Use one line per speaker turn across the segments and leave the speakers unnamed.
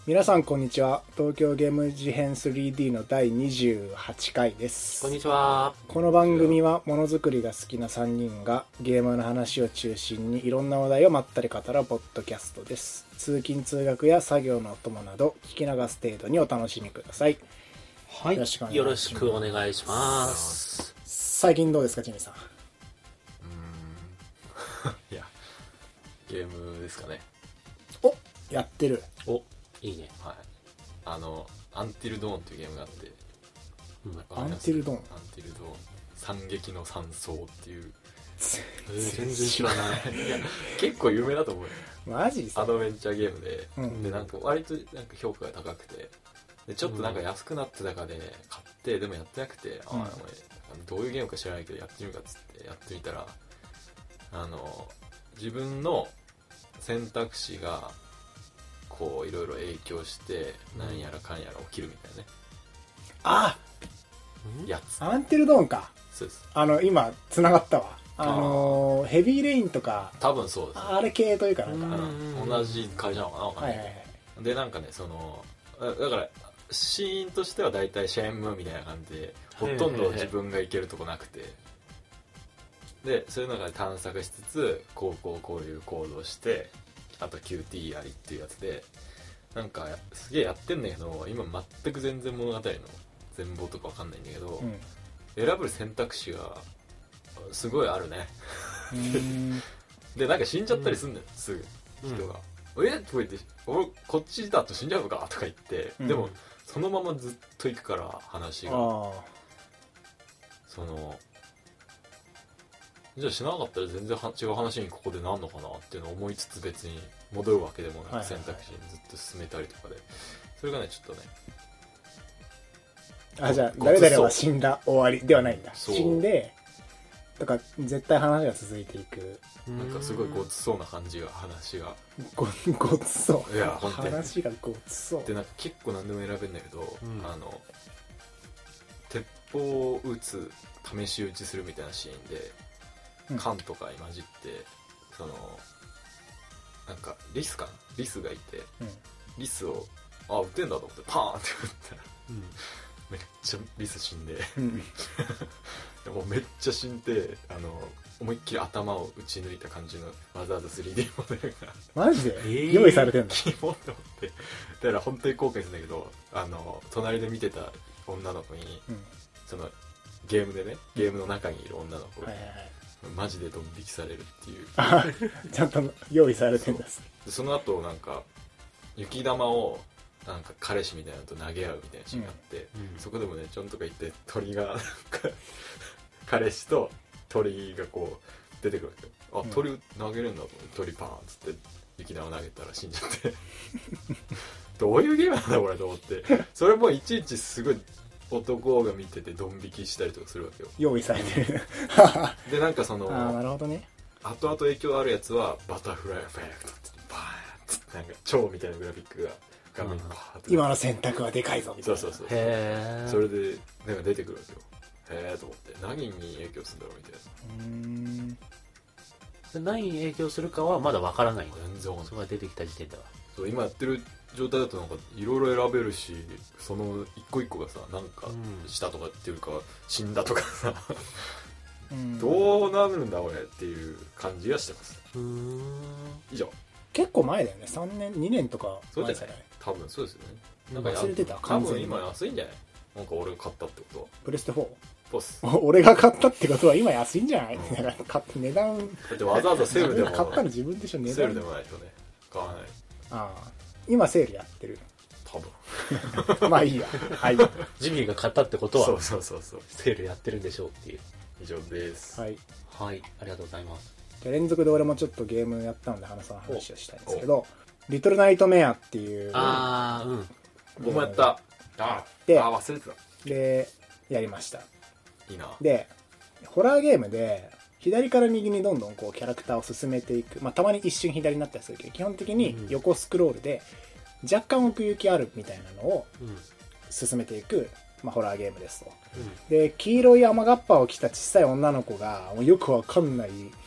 皆さんこんにちは。東京ゲーム事変 3D の第28回です。
こんにちは。
この番組はものづくりが好きな3人がゲームの話を中心にいろんな話題をまったり語るポッドキャストです。通勤通学や作業のお供など聞き流す程度にお楽しみください。
はい、よろしくお願いします。
最近どうですか、ジミーさん。
いや、ゲームですかね。
お、やってる。
お、いいね。
はい。アンティルドーンっていうゲームがあって、
アンティルドーン。
アンティルドーン。惨劇の山荘っていう。
全然知らない。
いや、結構有名だと思うよ。
マジ
アドベンチャーゲームで、
うん
で、なんか割となんか評価が高くて、で、ちょっとなんか安くなってたかで買って、でもやってなくて、どういうゲームか知らないけどやってみるかっつってやってみたら、自分の選択肢がこういろいろ影響してなんやらかんやら起きるみたいなね、
あ、
やつ。
アンティルドーンか。
そうです。
今繋がったわ。ヘビーレインとか
多分そうです、ね、
あれ系というかなんか、
同じ会社なのかな、わかんない、
はいはいはい、
でなんかね、だからシーンとしてはだいたいシェンムーみたいな感じでほとんど自分が行けるとこなくて、でそういうのが探索しつつこういう行動して、あと QT やりっていうやつで、なんかすげえやってんだけど今全く全然物語の全貌とかわかんないんだけど、選ぶ選択肢がすごいあるねでなんか死んじゃったりすんだよ、すぐ人が、とか言って、俺こっちだと死んじゃうのかとか言って、でもそのままずっと行くから話が、じゃあしなかったら全然違う話にここでなんのかなっていうのを思いつつ、別に戻るわけでもなく選択肢にずっと進めたりとかで、それがねちょっとね、
じゃあ誰々は死んだ終わりではないんだ。死んでとか絶対話が続いていく、
なんかすごいごつそうな感じが、話が
ごつそう、
いや本当に
話がごつそう
で、なんか結構何でも選べるんだけど、鉄砲を撃つ試し撃ちするみたいなシーンで、缶とかに混じって、なんかリスがいて、リスを撃てんだと思ってパーンって撃ったら、めっちゃリス死んで、でもめっちゃ死んで、思いっきり頭を打ち抜いた感じのわざわざ 3D モデルが
マジで、用意されてんの。
キモって思って、だから本当に後悔するんだけど、隣で見てた女の子に、ゲームの中にいる女の子に、マジでドン引きされるっていう
ちゃんと用意されてんだ。
その後なんか雪玉をなんか彼氏みたいなのと投げ合うみたいなシーンがあって、そこでもねちょんとか言って鳥がなんか彼氏と鳥がこう出てくるわけよ。鳥投げるんだと思って鳥パーンっつって雪玉投げたら死んじゃってどういうゲームなんだこれと思って、それもいちいちすごい男が見ててドン引きしたりとかするわけよ。
用意されてる
でなんか
なるほどね、
後々影響あるやつはバタフライエフェクトってバーンってなんか蝶みたいなグラフィックが画面にバーって、
今の選択はでかいぞみたいな。
そう
へー、
それでなんか出てくるわけよ。へーと思って、何に影響するんだろうみたいな。
何に影響するかはまだわからないんだ。
全然わかんない。
それが出てきた時点では。
そう、今やってる状態だとなんかいろいろ選べるし、その一個一個がさ、なんかしたとかっていうか、死んだとかさどうなるんだ俺っていう感じがしてます。以上。
結構前だよね。3年2年とか前じゃない。
多分そうですよね。
なんか忘れてた。
多分今安いんじゃない？なんか俺が買ったってことは
プレステ 4？
ポス
俺が買ったってことは今安いんじゃない？値段
だってわざわざセールでも
買ったの自分でしょ。値段
セールでもないとね買わない。
今セールやってる。
多分
まあいいや。はい。
ジミーが買ったってことは
そう
セールやってるんでしょうっていう。
以上です。
はい、
ありがとうございます。
じゃ連続で俺もちょっとゲームやったので話をしたいんですけど、リトルナイトメアっていう
僕もやった。
で
忘れてた。
でやりました。
いいな。
でホラーゲームで左から右にどんどんこうキャラクターを進めていく、たまに一瞬左になったりするけど、基本的に横スクロールで若干奥行きあるみたいなのを進めていく、ホラーゲームですと。で黄色い雨がっぱを着た小さい女の子がもうよくわかんない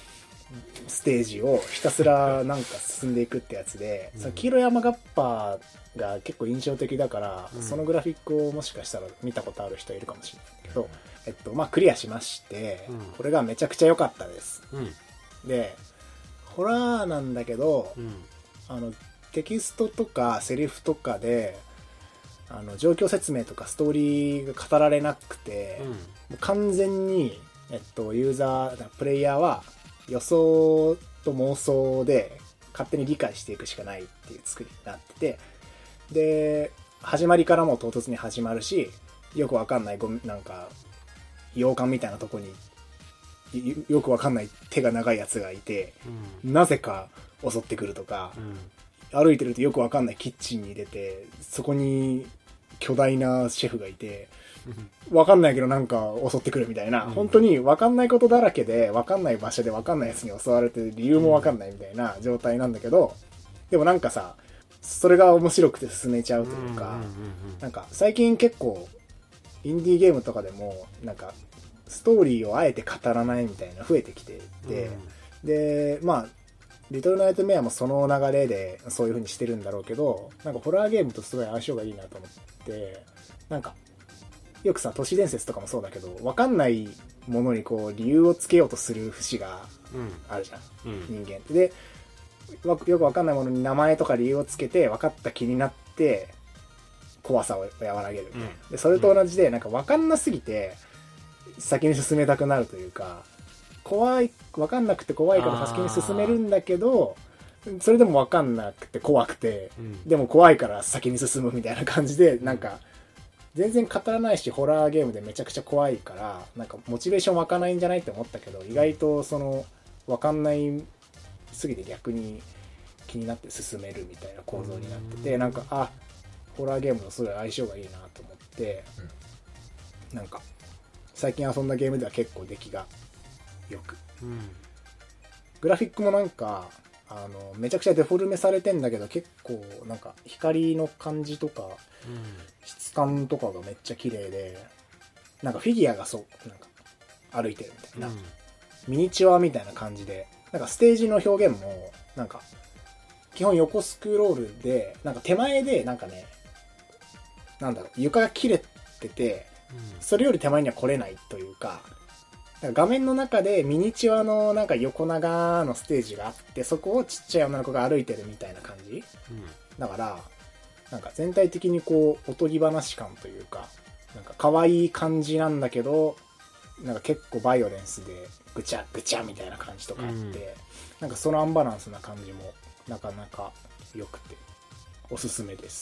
ステージをひたすらなんか進んでいくってやつで、その黄色い山ガッパーが結構印象的だから、そのグラフィックをもしかしたら見たことある人いるかもしれないけど、まあクリアしまして、これがめちゃくちゃ良かったです。で、ホラーなんだけど、テキストとかセリフとかで状況説明とかストーリーが語られなくて、もう完全に、ユーザープレイヤーは予想と妄想で勝手に理解していくしかないっていう作りになってて、で始まりからもう唐突に始まるし、よくわかんないなんか洋館みたいなとこによくわかんない手が長いやつがいて、なぜか襲ってくるとか、歩いてるとよくわかんないキッチンに出て、そこに巨大なシェフがいて、わかんないけどなんか襲ってくるみたいな、本当にわかんないことだらけで、わかんない場所でわかんないやつに襲われて理由もわかんないみたいな状態なんだけど、でもなんかさ、それが面白くて進めちゃうというか、なんか最近結構インディーゲームとかでもなんかストーリーをあえて語らないみたいな増えてきていて、でまあリトルナイトメアもその流れでそういう風にしてるんだろうけど、なんかホラーゲームとすごい相性がいいなと思って、なんかよくさ都市伝説とかもそうだけど、分かんないものにこう理由をつけようとする節があるじゃん、人間って。でよく分かんないものに名前とか理由をつけて分かった気になって怖さを和らげるみたいな、でそれと同じで、なんか分かんなすぎて先に進めたくなるというか、分かんなくて怖いから先に進めるんだけど、それでも分かんなくて怖くて、でも怖いから先に進むみたいな感じで、なんか全然語らないし、ホラーゲームでめちゃくちゃ怖いから、なんかモチベーション湧かないんじゃないって思ったけど、意外とその分かんないすぎて逆に気になって進めるみたいな構造になってて、なんかホラーゲームのすごい相性がいいなと思って、なんか最近遊んだゲームでは結構出来がよく、グラフィックもなんかめちゃくちゃデフォルメされてんだけど、結構なんか光の感じとか、質感とかがめっちゃ綺麗で、なんかフィギュアがなんか歩いてるみたいな、ミニチュアみたいな感じで、なんかステージの表現もなんか基本横スクロールで、なんか手前でなんかね、なんだろう、床が切れてて、それより手前には来れないというか、画面の中でミニチュアのなんか横長のステージがあって、そこをちっちゃい女の子が歩いてるみたいな感じ、だからなんか全体的にこうおとぎ話感というか、なんか可愛い感じなんだけど、なんか結構バイオレンスでぐちゃぐちゃみたいな感じとかあって、なんかそのアンバランスな感じもなかなか良くておすすめです。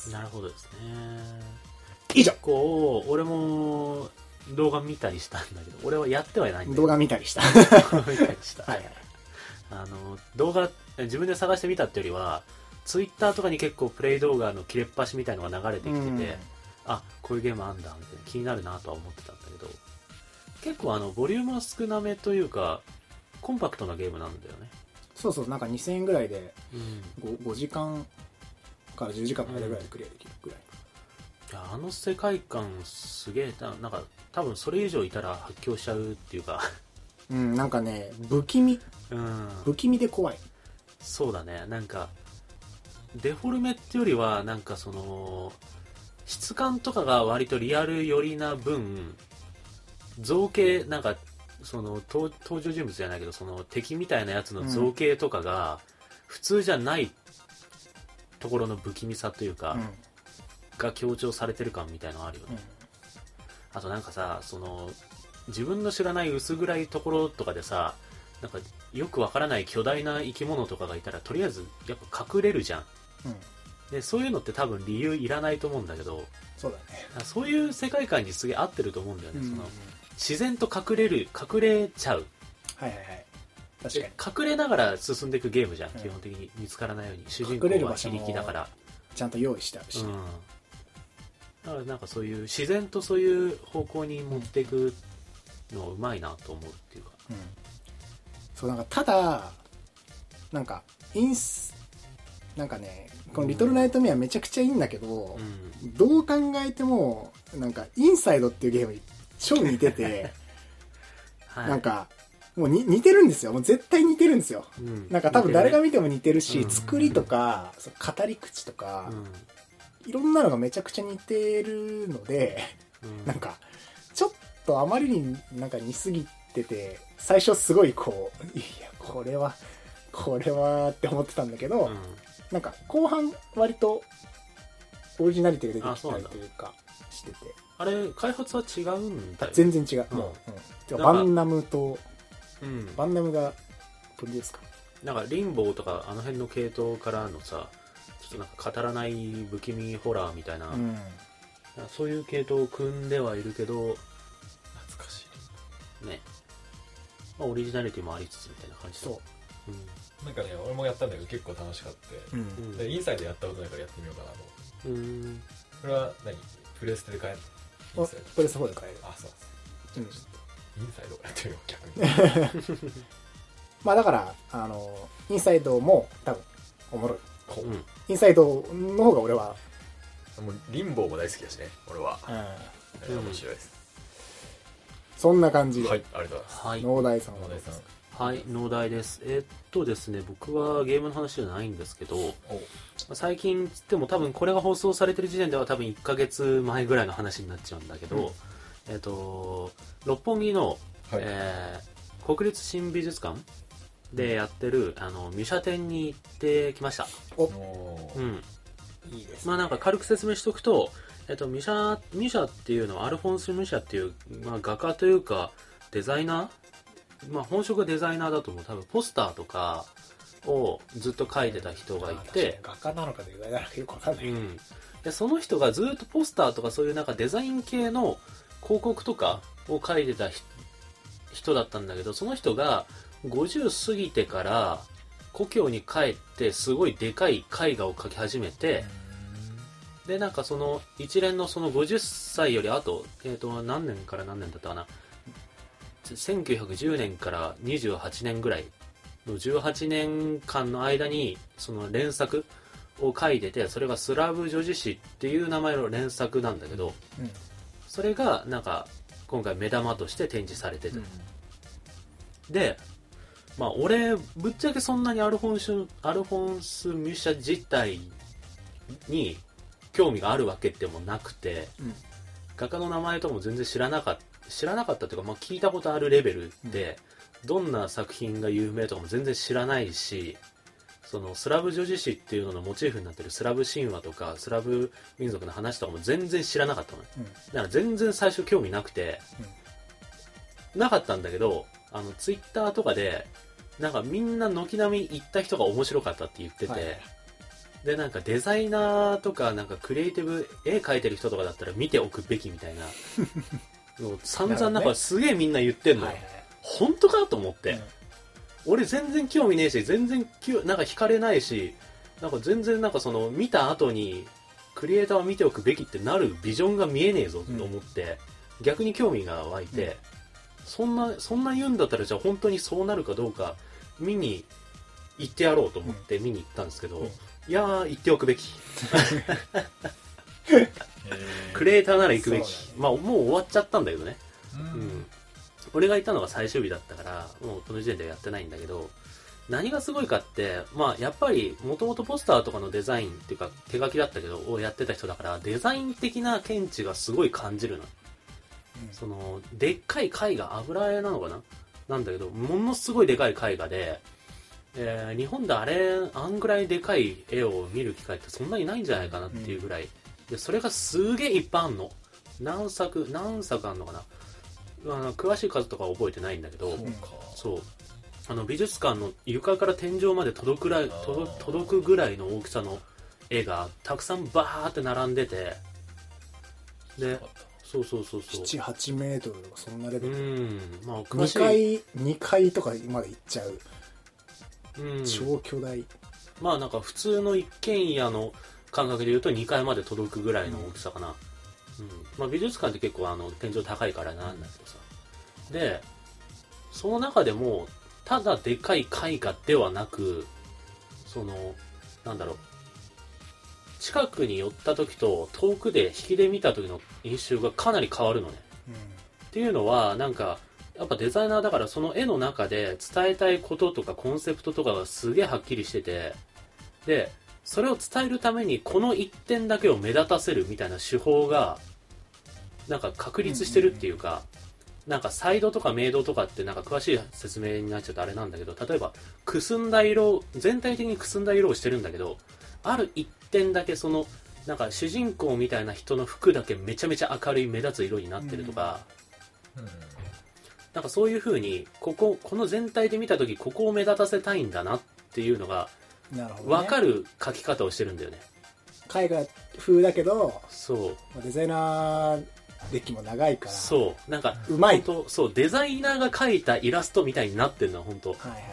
なるほどですね。
以上。
こう俺も動画見たりしたんだけど、俺はやってはいないんだよ。
動画見たりした
見たりしたはい、動画自分で探してみたってよりは、ツイッターとかに結構プレイ動画の切れっ端みたいのが流れてきてて、あ、こういうゲームあんだみたいな、気になるなとは思ってたんだけど、結構ボリュームは少なめというかコンパクトなゲームなんだよね。
そうそう、なんか2000円ぐらいで 5時間から10時間の間ぐらいでクリアできるぐらい、
いや世界観すげえなんか多分それ以上いたら発狂しちゃうっていうか
なんかね、不気味で怖い。
そうだね、なんかデフォルメってよりはなんかその質感とかが割とリアル寄りな分、造形なんかその登場人物じゃないけど、その敵みたいなやつの造形とかが普通じゃないところの不気味さというか、が強調されてる感みたいのあるよね。あとなんかさ、その自分の知らない薄暗いところとかでさ、なんかよくわからない巨大な生き物とかがいたらとりあえずやっぱ隠れるじゃん、でそういうのって多分理由いらないと思うんだけど、
そうだね、
そういう世界観にすげえ合ってると思うんだよね、その自然と隠れちゃう、
はいはいはい、確か
に隠れながら進んでいくゲームじゃん、基本的に見つからないように。主人公は非力だから
ちゃんと用意してあるし、
だからなんかそういう自然とそういう方向に持っていくのうまいなと思うっていうか、
そう、なんかただなんかなんかね、このリトルナイトメアめちゃくちゃいいんだけど、どう考えてもなんかインサイドっていうゲームに超似てて、はい、なんかもう似てるんですよ。もう絶対似てるんですよ。
うん、
なんか多分誰が見ても似てるし、
うん
作りとか、その語り口とか、いろんなのがめちゃくちゃ似てるので、なんか、ちょっとあまりになんか似すぎてて、最初すごいこう、いや、これはって思ってたんだけど、なんか後半割とオリジナリティが出てきたりというかしてて。
あれ、開発は違うんだよ。
全然違う。もう、バンナムと、バンナムがプロデュースか。
なんかリンボーとかあの辺の系統からのさ、ちょっとなんか語らない不気味ホラーみたいな、そういう系統を組んではいるけど、
懐かしい
ね、まあ、オリジナリティもありつつみたいな感じだ。
そう、
なんかね、俺もやったんだけど結構楽しかった、でインサイドやったことないからやってみようかなと。これは何、プレステで買える？
プレステ4で買える。
あ、そうです。ちょっとインサイドやってみよう、逆に。
まあだからインサイドも多分おもろい。インサイドの方が俺は
もうリンボーも大好きだしね、俺は。面白いです。
そんな感じで。
はい、ありがとうございます。
はい、
農大さん。
はい、農大です。ですね、僕はゲームの話じゃないんですけど、最近つっても多分これが放送されてる時点では多分1ヶ月前ぐらいの話になっちゃうんだけど、六本木の、国立新美術館でやってるミュシャ展に行ってきました。いいですね。まあなんか軽く説明しとくと、ミュシャっていうのはアルフォンス・ミュシャっていう、まあ、画家というかデザイナー、まあ本職がデザイナーだと思う。多分ポスターとかをずっと描いてた人がいて、
画家なのかデザイナーなのかよくわかんない、
でその人がずっとポスターとかそういうなんかデザイン系の広告とかを描いてた人だったんだけど、その人が50過ぎてから故郷に帰ってすごいでかい絵画を描き始めて、でなんかその一連のその50歳よりあと、何年から何年だったかな、1910年から28年ぐらいの18年間の間にその連作を書いてて、それがスラブ女子誌っていう名前の連作なんだけど、それがなんか今回目玉として展示されてて、でまあ俺ぶっちゃけそんなにアルフォンス・ミュシャ自体に興味があるわけでもなくて、画家の名前とかも全然知らなかったというか、まあ、聞いたことあるレベルで、どんな作品が有名とかも全然知らないし、そのスラブ女子誌っていうののモチーフになってるスラブ神話とかスラブ民族の話とかも全然知らなかったの、だから全然最初興味なくて、なかったんだけど、ツイッターとかでなんかみんな軒並み行った人が面白かったって言ってて、でなんかデザイナーとかなんかクリエイティブ絵描いてる人とかだったら見ておくべきみたいなの散々なんかすげえみんな言ってんのよ、本当かと思って、俺全然興味ねえし、全然なんか惹かれないし、なんか全然なんかその見た後にクリエイターは見ておくべきってなるビジョンが見えねえぞと思って、逆に興味が湧いて、そんな言うんだったらじゃあ本当にそうなるかどうか見に行ってやろうと思って見に行ったんですけど、いやー行っておくべきクリエイターなら行くべき、まあもう終わっちゃったんだけどね、俺が行ったのが最終日だったからもうこの時点ではやってないんだけど、何がすごいかって、まあやっぱりもともとポスターとかのデザインっていうか手書きだったけどをやってた人だから、デザイン的な見地がすごい感じるの、そのでっかい絵画、油絵なのかななんだけど、ものすごいでかい絵画で、日本であんぐらいでかい絵を見る機会ってそんなにないんじゃないかなっていうぐらい、でそれがすげえいっぱいあんの。何作あんのかな、詳しい数とかは覚えてないんだけど、そう美術館の床から天井まで届くぐらいの大きさの絵がたくさんバーって並んでて、でそう
7、8メートルとかそんなレベル、
まあ、
2階とかまで行っちゃう、超巨大、
まあなんか普通の一軒家の感覚で言うと2階まで届くぐらいの大きさかな、まあ、美術館って結構天井高いからなんだけどさ、でその中でもただでかい絵画ではなく、そのなんだろう、近くに寄った時と遠くで引きで見た時の印象がかなり変わるのね、っていうのはなんかやっぱデザイナーだからその絵の中で伝えたいこととかコンセプトとかがすげえはっきりしてて、でそれを伝えるためにこの一点だけを目立たせるみたいな手法がなんか確立してるっていうか、なんかサイドとか明度とかってなんか詳しい説明になっちゃうとあれなんだけど、例えばくすんだ色、全体的にくすんだ色をしてるんだけど、ある一点だけそのなんか主人公みたいな人の服だけめちゃめちゃ明るい目立つ色になってるとか、なんかそういう風にこの全体で見た時ここを目立たせたいんだなっていうのが分かる描き方をしてるんだよね。
絵画風だけど、
そう
デザイナー歴も長いから、
そうなんか
うまい。
そうデザイナーが描いたイラストみたいになってるのは本当。
はいはいはい。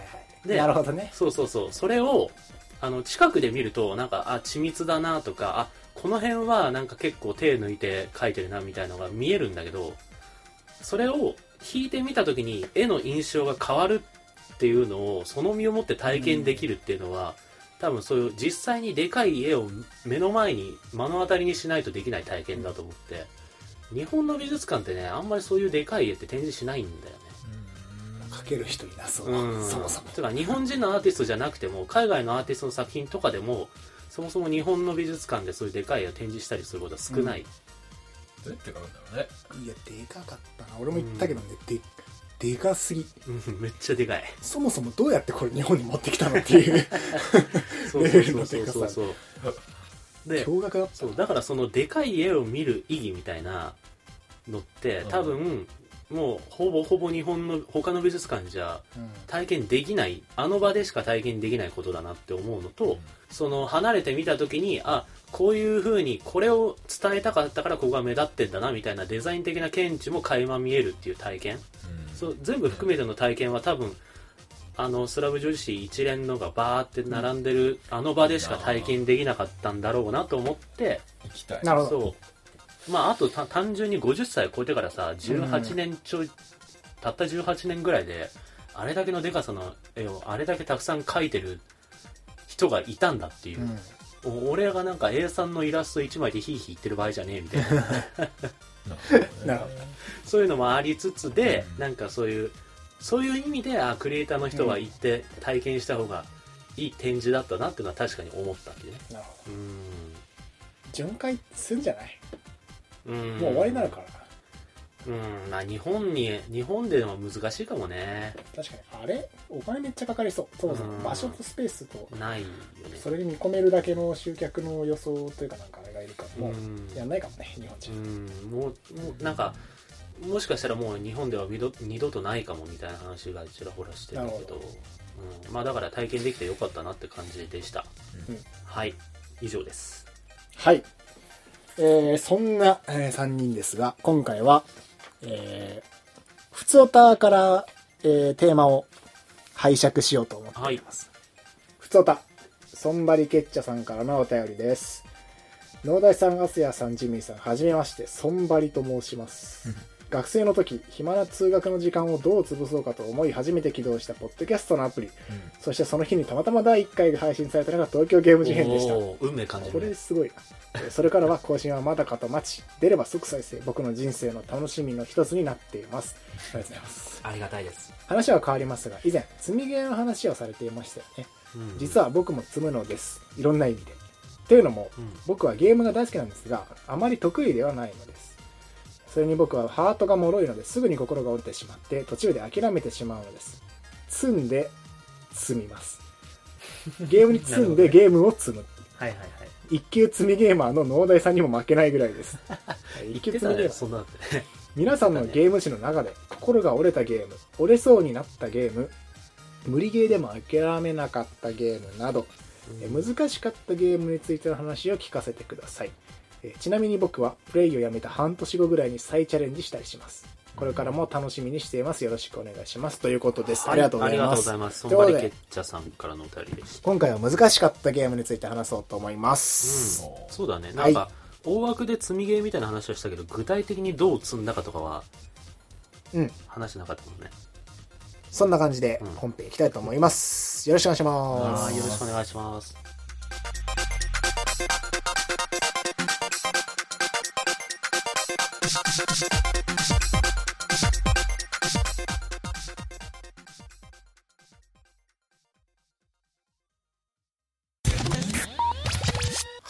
で
なるほどね。
そうそれを近くで見るとなんか緻密だなとか、この辺はなんか結構手抜いて描いてるなみたいなのが見えるんだけど、それを引いてみた時に絵の印象が変わるっていうのをその身をもって体験できるっていうのは、多分そういう実際にでかい絵を目の前に目の当たりにしないとできない体験だと思って、日本の美術館ってねあんまりそういうでかい絵って展示しないんだよね。
描ける人いなそう。そもそも。
てか日本人のアーティストじゃなくても海外のアーティストの作品とかでもそもそも日本の美術館でそういうでかい絵を展示したりすることは少ない。
どうやって描くんだろうね。
いやでかかったな。俺も言ったけどね、でかすぎ。
めっちゃでかい。
そもそもどうやってこれ日本に持ってきたのっていうレベルのでかさ。で驚愕だった。
そうだからそのでかい絵を見る意義みたいなのって多分、もうほぼほぼ日本の他の美術館じゃ体験できない、あの場でしか体験できないことだなって思うのと、その離れてみた時にこういう風にこれを伝えたかったからここが目立ってんだなみたいなデザイン的な見地も垣間見えるっていう体験、そう全部含めての体験は多分スラブ女子一連のがバーって並んでるあの場でしか体験できなかったんだろうなと思って
行きたい。
なるほど。
そうあと単純に50歳超えてからさ18年ちょい、たった18年ぐらいであれだけのでかさの絵をあれだけたくさん描いてる人がいたんだっていう、俺がなんか A3 のイラスト1枚でヒーヒー言ってる場合じゃねえみたいなそういうのもありつつで、なんかそういう意味でクリエイターの人は行って体験した方がいい展示だったなっていうのは確かに思ったんでね。
なるほど。巡回するんじゃない？もう終わりになるからな。
日本でも難しいかもね。
確かにあれお金めっちゃかかりそう。そもそも場所とスペースと
ないよね。
それに見込めるだけの集客の予想というかなんかあれがいるからもうやんないかもね日本じゃ。
もうなんかもしかしたらもう日本では二度とないかもみたいな話がちらほらしてるけど、だから体験できてよかったなって感じでした。はい以上です。
はい。そんな、3人ですが、今回は、ふつおたから、テーマを拝借しようと思っております。ふつおた、そんばりけっちゃさんからのお便りです。農大さん、アスヤさん、ジミーさん、はじめまして、そんばりと申します。学生の時、暇な通学の時間をどう潰そうかと思い初めて起動したポッドキャストのアプリ、そしてその日にたまたま第1回が配信されたのが東京ゲーム事変でした。
運命感じる、
これすごいな。それからは更新はまだかと待ち、出れば即再生、僕の人生の楽しみの一つになっています。ありがとうございます。
ありがたいです。
話は変わりますが、以前積みゲーの話をされていましたよね。実は僕も積むのです。いろんな意味で。というのも、僕はゲームが大好きなんですが、あまり得意ではないのです。それに僕はハートが脆いのですぐに心が折れてしまって途中で諦めてしまうのです。積んで積みます。ゲームに積んでゲームを積む。
はいはいはい。
一級積みゲーマーの農大さんにも負けないぐらいです。
一級積みゲーマーそんなだってね。
皆さんのゲーム史の中で心が折れたゲーム、折れそうになったゲーム、無理ゲーでも諦めなかったゲームなど、難しかったゲームについての話を聞かせてください。ちなみに僕はプレイをやめた半年後ぐらいに再チャレンジしたりします。これからも楽しみにしています。よろしくお願いします。ということです。ありがとうございます。
ありがとうございます。そんばりけっちゃさんからのお便りでした。
今回は難しかったゲームについて話そうと思います。
そうだね。なんか、大枠で積みゲーみたいな話をしたけど、具体的にどう積んだかとかは、話しなかったもんね。
そんな感じで本編いきたいと思います。よろしくお願いします。
よろしくお願いします。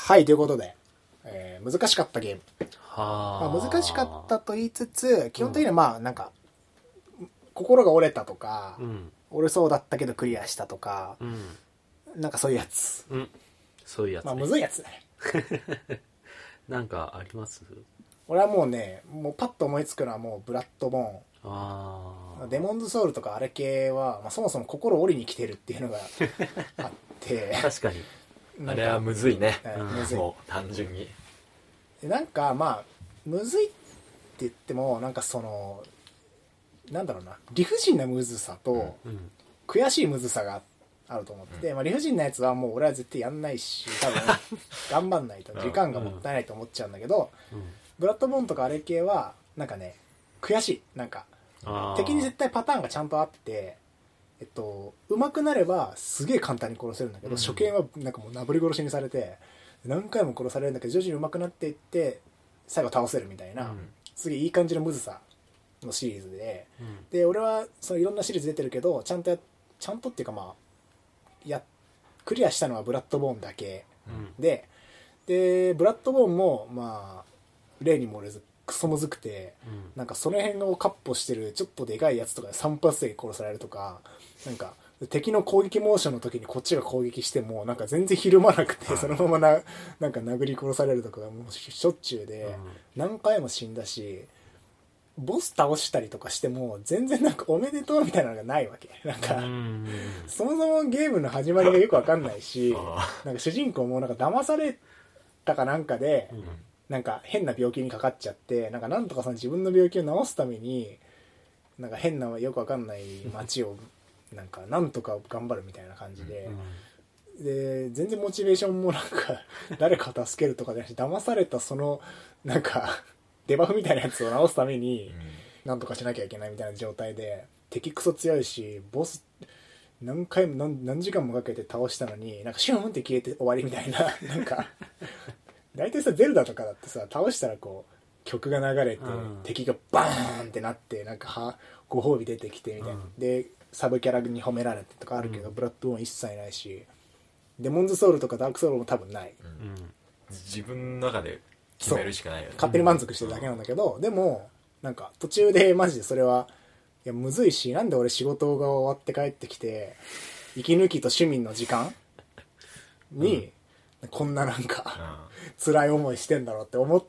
はいということで、難しかったゲーム、
は
まあ、難しかったと言いつつ基本的にはまあなんか心が折れたとか、
うん
折れそうだったけどクリアしたとか、
うん
なんかそういうやつ、
うんそういうやつ、ね、
まあむずいやつね。
なんかあります？
俺はもうね、もうパッと思いつくのはもうブラッドボーン、
あ
デモンズソウルとかあれ系は、まあ、そもそも心折りに来てるっていうのがあって
確かに
なんか
あれはむずいね、
むずい
もう単純に
なんかまあむずいって言ってもなんかそのなんだろうな、理不尽なむずさと
うん
悔しいむずさがあると思ってて、まあ、理不尽なやつはもう俺は絶対やんないし多分頑張んないと時間がもったいないと思っちゃうんだけど、
うん
ブラッドボーンとかあれ系はなんかね悔しい、なんか
あー
敵に絶対パターンがちゃんとあって上手くなればすげえ簡単に殺せるんだけど、初見はなんかもうなぶり殺しにされて何回も殺されるんだけど徐々に上手くなっていって最後倒せるみたいな、すげえいい感じのムズさのシリーズで、で俺はそのいろんなシリーズ出てるけどちゃんとっていうかまあクリアしたのはブラッドボーンだけで、ブラッドボーンもまあ例に漏れずクソむずくて、なんかその辺をカッポしてるちょっとでかいやつとかで3発で殺されるとか、なんか敵の攻撃モーションの時にこっちが攻撃してもなんか全然ひるまなくてそのままなんか殴り殺されるとかがもうしょっちゅうで、何回も死んだしボス倒したりとかしても全然なんかおめでとうみたいなのがないわけ。なんかそもそもゲームの始まりがよくわかんないしなんか主人公もなんか騙されたかなんかで、なんか変な病気にかかっちゃってなんとかその自分の病気を治すためになんか変なよくわかんない街をなんとか頑張るみたいな感じで、で全然モチベーションもなんか誰かを助けるとかじゃなくて騙されたそのなんかデバフみたいなやつを直すためになんとかしなきゃいけないみたいな状態で、敵クソ強いしボス何回も何時間もかけて倒したのになんかシューンって消えて終わりみたいななんか大体さゼルダとかだってさ倒したらこう曲が流れて、敵がバーンってなってなんかご褒美出てきてみたいな、でサブキャラに褒められてとかあるけど、ブラッドボーン一切ないしデモンズソウルとかダークソウルも多分ない、
自分の中で決めるしかないよね。
勝手に満足してるだけなんだけど、でもなんか途中でマジでそれはいやむずいし、なんで俺仕事が終わって帰ってきて息抜きと趣味の時間に、こんななんか、辛い思いしてんだろうって思って、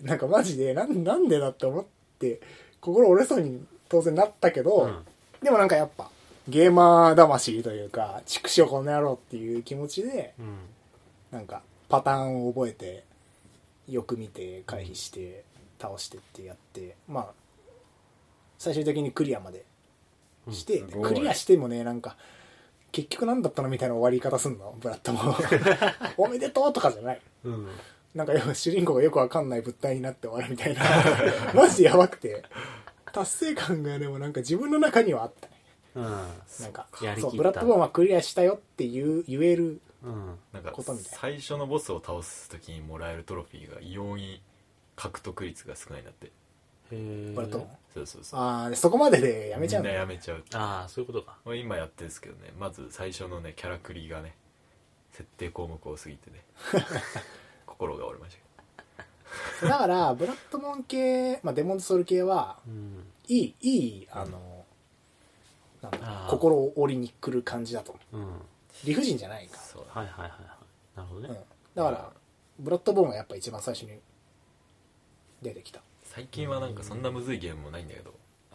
なんかマジでなんでだって思って心折れそうに当然なったけど、でもなんかやっぱゲーマー魂というか畜生この野郎っていう気持ちで、なんかパターンを覚えてよく見て回避して倒してってやって、まあ最終的にクリアまでして、クリアしてもねなんか結局なんだったのみたいな終わり方すんのブラッドもおめでとうとかじゃない、なんか主人公がよくわかんない物体になって終わるみたいなマジやばくて達成感がでもなんか自分の中にはあったね、なんかそうブラッドボーンはクリアしたよって言えることみたいな。
最初のボスを倒す時にもらえるトロフィーが異様に獲得率が少ないんだって。
ブラッドボーン、
そう
ああそこまででやめちゃうんだ。
みんなやめちゃう。
ああそういうことか。
俺今やってるんですけどね、まず最初のねキャラクリがね設定項目多すぎてね心が折れました
だからブラッドボーン系、まあ、デモンズソウル系は、いいなんだ心折りに来る感じだと思う、理不尽じゃないか。
そう
はいはいはいはい、なるほどね、
だからブラッドボーンがやっぱ一番最初に出てきた。
最近はなんかそんなむずいゲームもないんだけど、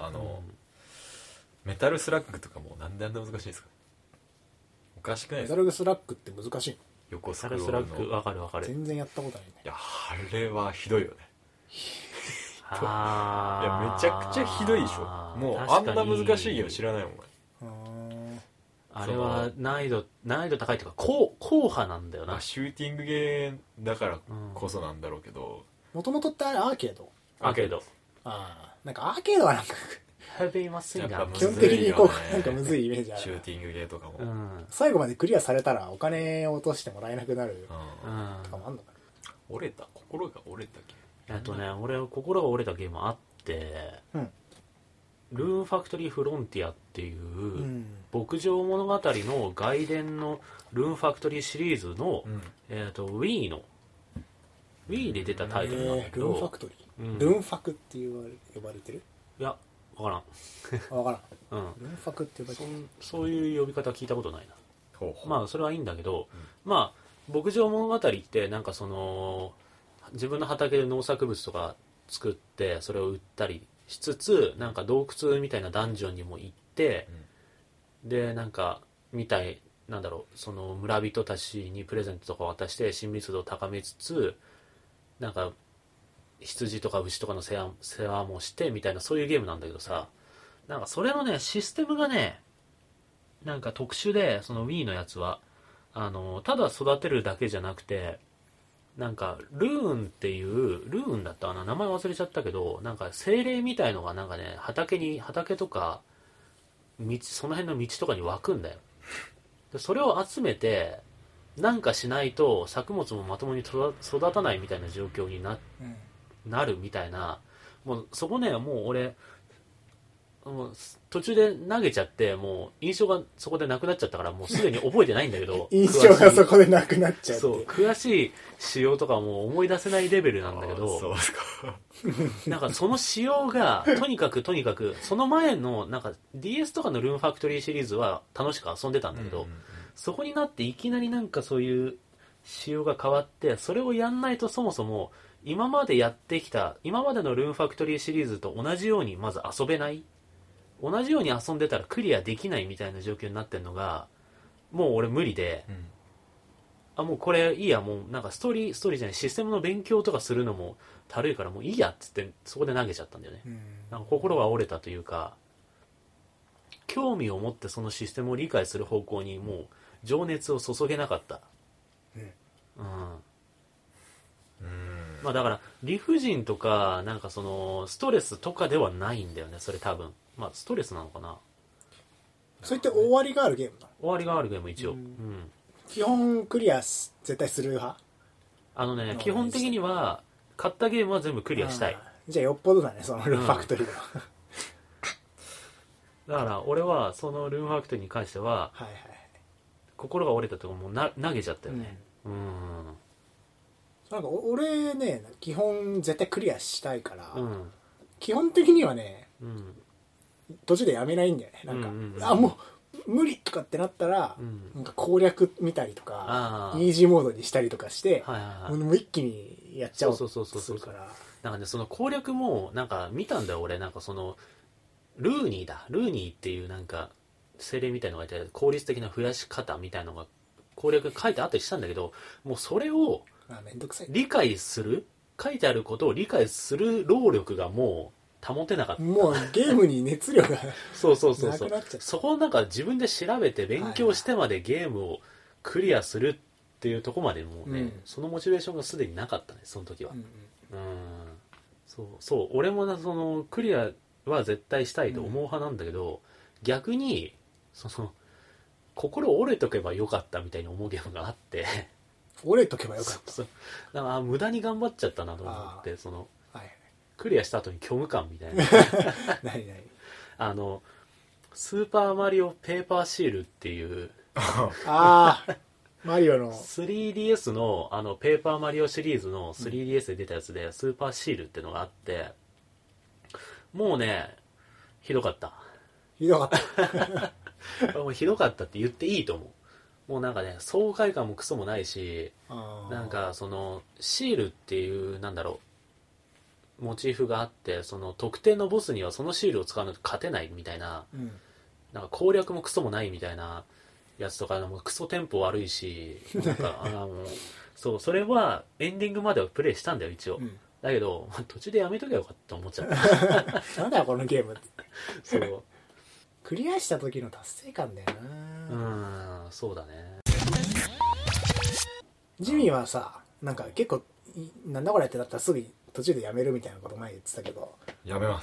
メタルスラッグとかもなんであんな難しいんですか。おかしくないですか。
メタルスラッグって難しいの。
横スク
メタ
ロールの
ルスラッグわかるわかる。
全然やったことないね。
いやあれはひどいよね。
あ
いやめちゃくちゃひどいでしょ。もうあんな難しいゲーム知らないもん
あれは難易度高いというか硬派なんだよな。
シューティングゲーだからこそなんだろうけど、
もともとってあれアーケード。
アーケード。
なんかアーケードはなんか
ヘビーマシンガン。
基本的にこうなんかむずいイメージある。
シューティングゲーとかも、
最後までクリアされたらお金を落としてもらえなくなるとかもあんのかな。
折れた心が折れたゲーム。
俺心が折れたゲームあって、 ルーンファクトリーフロンティアっていう、
うん
牧場物語の外伝のルーンファクトリーシリーズの、Wii の Wii で出たタイトルなんだけど、
ルーンファクトリー、
うん
ルーンファクって呼ばれてる
いや分からん、
分からん、
うん、
ルーンファクって呼ばれてる
そういう呼び方は聞いたことないな。
ほうほう。
まあそれはいいんだけど、まあ牧場物語ってなんかその自分の畑で農作物とか作ってそれを売ったりしつつ、なんか洞窟みたいなダンジョンにも行って、でなんかなんだろう、その村人たちにプレゼントとか渡して親密度を高めつつ、なんか羊とか牛とかの世話もしてみたいな、そういうゲームなんだけどさ、なんかそれのねシステムがねなんか特殊で、その Wii のやつはただ育てるだけじゃなくて、なんかルーンだったかな、名前忘れちゃったけど、なんか精霊みたいのがなんかね畑とかその辺の道とかに湧くんだよ。でそれを集めてなんかしないと作物もまともに育たないみたいな状況になるみたいな、もうそこね、もう俺もう途中で投げちゃって、もう印象がそこでなくなっちゃったから、もうすでに覚えてないんだけど
印象がそこでなくなっちゃって、
そう詳しい仕様とかも思い出せないレベルなんだけど、
そうですか。
なんかその仕様がとにかくその前のなんか DS とかのルーンファクトリーシリーズは楽しく遊んでたんだけど、そこになっていきなりなんかそういう仕様が変わって、それをやんないとそもそも今までのルーンファクトリーシリーズと同じようにまず遊べない、同じように遊んでたらクリアできないみたいな状況になってるのがもう俺無理で、もうこれいいや、もうなんかストーリーじゃない、システムの勉強とかするのもたるいからもういいやっつってそこで投げちゃったんだよね。なんか心が折れたというか、興味を持ってそのシステムを理解する方向にもう情熱を注げなかった。まあだから理不尽とかなんかそのストレスとかではないんだよね、それ多分。まあストレスなのかな。
それって終わりがあるゲームなの？
終わりがあるゲーム一応。
基本クリア絶対する派？
基本的には買ったゲームは全部クリアしたい。
じゃあよっぽどだね、そのルーンファクトリーは。
だから俺はそのルーンファクトリーに関しては、心が折れたとこも投げちゃったよね。
なんか俺ね、基本絶対クリアしたいから、基本的にはね、途中でやめないんだよね。なんか、もう無理とかってなったら、なんか攻略見たりとか、イージーモードにしたりとかして、もう一気にやっちゃおうとするから。
なんかね、その攻略もなんか見たんだよ俺。なんかそのルーニーっていうなんか精霊みたいのがいて、効率的な増やし方みたいのが攻略書いてあったりしたんだけど、もうそれを理解する、書いてあることを理解する労力がもう保てなかった。
もうゲームに熱量がなくなっちゃった。
そこをなんか自分で調べて勉強してまでゲームをクリアするっていうところまでもうね、そのモチベーションがすでになかったね、その時は。そう俺もそのクリアは絶対したいと思う派なんだけど、逆にその心折れとけばよかったみたいに思うゲームがあって
折れとけばよかった。
だから無駄に頑張っちゃったなと思って、そのクリアした後に虚無感みたいなスーパーマリオペーパーシールっていう
マリオの
3DS のペーパーマリオシリーズの 3DS で出たやつで、スーパーシールっていうのがあって、もうねひどかったもうひどかったって言っていいと思う。もうなんかね、爽快感もクソもないし、なんかそのシールっていうなんだろうモチーフがあって、その特定のボスにはそのシールを使わないと勝てないみたいな、なんか攻略もクソもないみたいなやつとか、もうクソテンポ悪いし、なんかもうそう、それはエンディングまではプレイしたんだよ一応、だけど途中でやめときゃよかったと思っちゃった
なんだよこのゲーム
そう
クリアした時の達成感だよ
な。そうだね。
ジミーはさ、なんか結構なんだこれってなったらすぐ途中でやめるみたいなこと前言ってたけど、
やめます。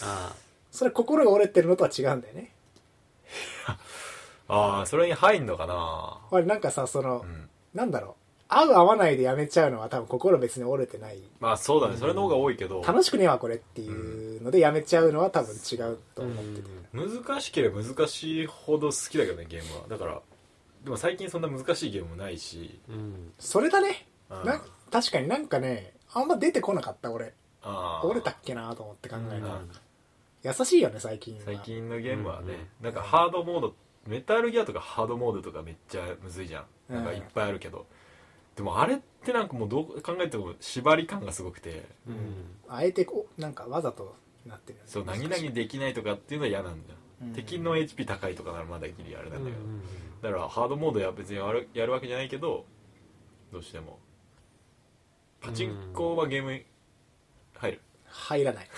それ心が折れてるのとは違うんだよね。
それに入んのかな。
俺なんかさ、その、なんだろ合う合わないでやめちゃうのは多分心別に折れてない、
まあそうだね、それの方が多いけど、
楽しくねえわこれっていうのでやめちゃうのは多分違うと思ってて、
難しければ難しいほど好きだけどねゲームは。だからでも最近そんな難しいゲームもないし、
それだね、
うん
確かになんかねあんま出てこなかった俺
あー
折れたっけなと思って考えたら、優しいよね最近は。
最近のゲームはね、なんかハードモード、メタルギアとかハードモードとかめっちゃむずいじゃん、なんかいっぱいあるけど、でもあれってなんかもうどう考えても縛り感がすごくて、
あえてこうなんかわざとなってるよね。
そう何々できないとかっていうのは嫌なんだよ、敵の HP 高いとかならまだギリあれなんだけど、だからハードモードは別にやるわけじゃないけど、どうしてもパチンコはゲーム入る、
入らない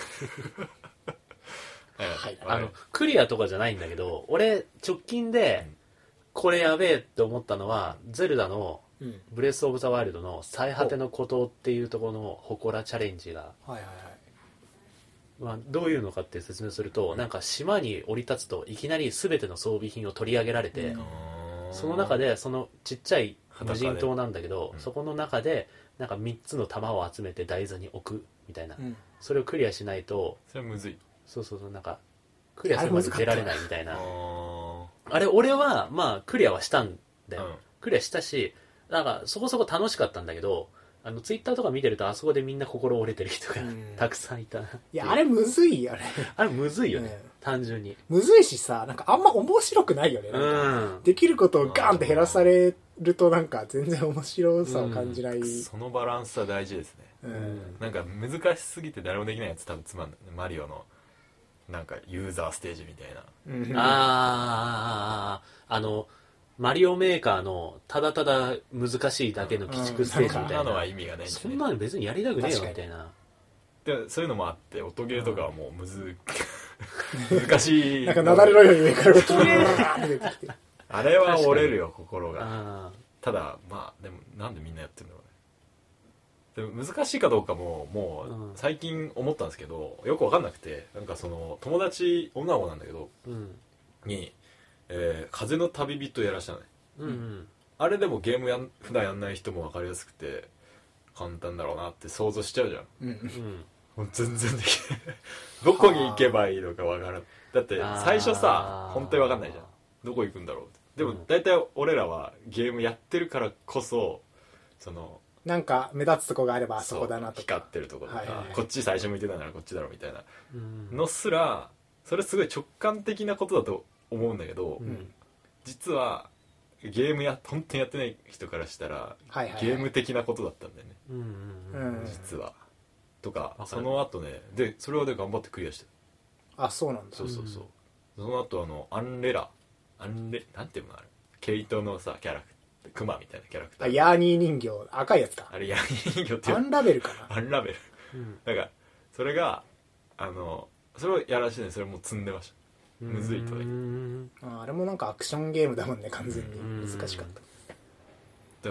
はい
クリアとかじゃないんだけど、俺直近でこれやべえって思ったのはゼルダのブレスオブザワイルドの最果ての孤島っていうところの祠チャレンジが、まあ、どういうのかって説明すると、なんか島に降り立つといきなり全ての装備品を取り上げられて、その中でそのちっちゃい無人島なんだけど、そこの中でなんか3つの玉を集めて台座に置くみたいな、それをクリアしないと、
それはむずい、
そうなんかクリアするまで出られないみたいな、
あ
れ俺はまあクリアはしたんだよ、クリアしたし、なんかそこそこ楽しかったんだけど、ツイッターとか見てるとあそこでみんな心折れてる人がたくさんいたな。
いやあれむずいよね
あれむずいよね、単純に
むずいしさ、なんかあんま面白くないよね、なんかできることをガンって減らされるとなんか全然面白さを感じない、
そのバランスは大事ですね、なんか難しすぎて誰もできないやつ多分つまんない、マリオのなんかユーザーステージみたいな、
マリオメーカーのただただ難しいだけの鬼畜ステージみたいな、
そんなのは意味がないんですね、
そんなの別にやりたくねえよみたいな。
でそういうのもあって音ゲーとかはもう難しい
なんかなだれのように上からこうキーって出てきて
あれは折れるよ心が。
あ
ただまあでもなんでみんなやってるんだろうね。でも難しいかどうかももう最近思ったんですけど、よく分かんなくて、なんかその友達女の子なんだけど、に、風の旅人やらしたのね、あれでもゲーム普段やんない人も分かりやすくて簡単だろうなって想像しちゃうじゃん、もう全然できないどこに行けばいいのか分からん。だって最初さ本当に分かんないじゃん、どこ行くんだろうって。でも大体俺らはゲームやってるからこそ、その
なんか目立つとこがあればあそこだなとか、
光ってるところとか、
はいはいはい、
こっち最初向いてたならこっちだろうみたいなのすら、それすごい直感的なことだと思うんだけど、実はゲーム本当にやってない人からしたら、ゲーム的なことだったんだよね、実はとか、その後ね、でそれをで頑張ってクリアして、
あ、そうなんだ。
そう、その後なんていうのあれ、毛糸のさキャラクター、クマみたいなキャラクター、
ヤーニー人形赤いやつか、
あれヤーニー人形っていう、
アンラベルかな、
アンラベル、だからそれがそれをやらしてね、それもう積んでました。むずいと
あれもなんかアクションゲームだもんね、完全に難しかった。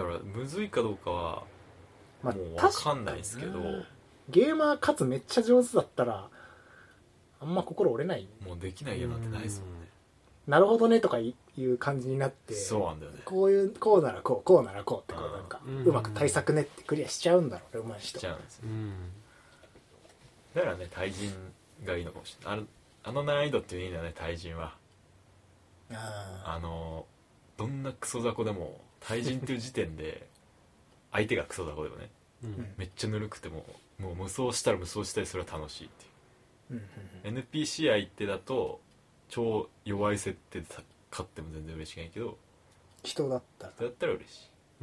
だからむずいかどうかは
まあ
もう分かんないですけど、
ゲーマーかつめっちゃ上手だったらあんま心折れない。
もうできないよなんてないですもんね。
なるほどねとかいう感じになって、
そうなんだよね、
こうならこう、こうならこうってこうなんかうまく対策ねってクリアしちゃうんだろうね、うまい人。
しちゃうんですよ、だからね対人がいいのかもしれない。難易度っていう意味だね、対人は。どんなクソ雑魚でも対人っていう時点で相手がクソ雑魚でもね、めっちゃぬるくてももう無双したら無双したりすれば楽しいっていう、NPC 相手だと超弱い設定で勝っても全然嬉しくないけど、
人だったら
嬉しい。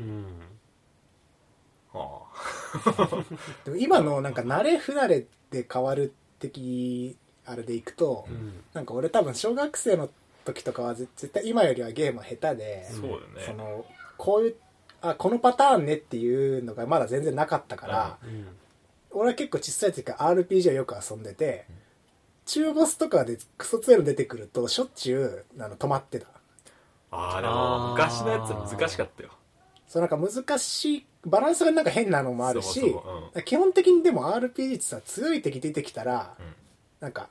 は
あでも今のなんか慣れ不慣れで変わる的あれでいくと、なんか俺多分小学生の時とかは絶対今よりはゲーム下手で、
そうだね、
そのこういうこのパターンねっていうのがまだ全然なかったから、俺は結構小さい時から RPG をよく遊んでて、中ボスとかでクソ強いの出てくるとしょっちゅう止まってた。
でも昔のやつは難しかったよ。
そう、なんか難しいバランスがなんか変なのもあるし、基本的にでも RPG ってさ、強い敵出てきたら、なんか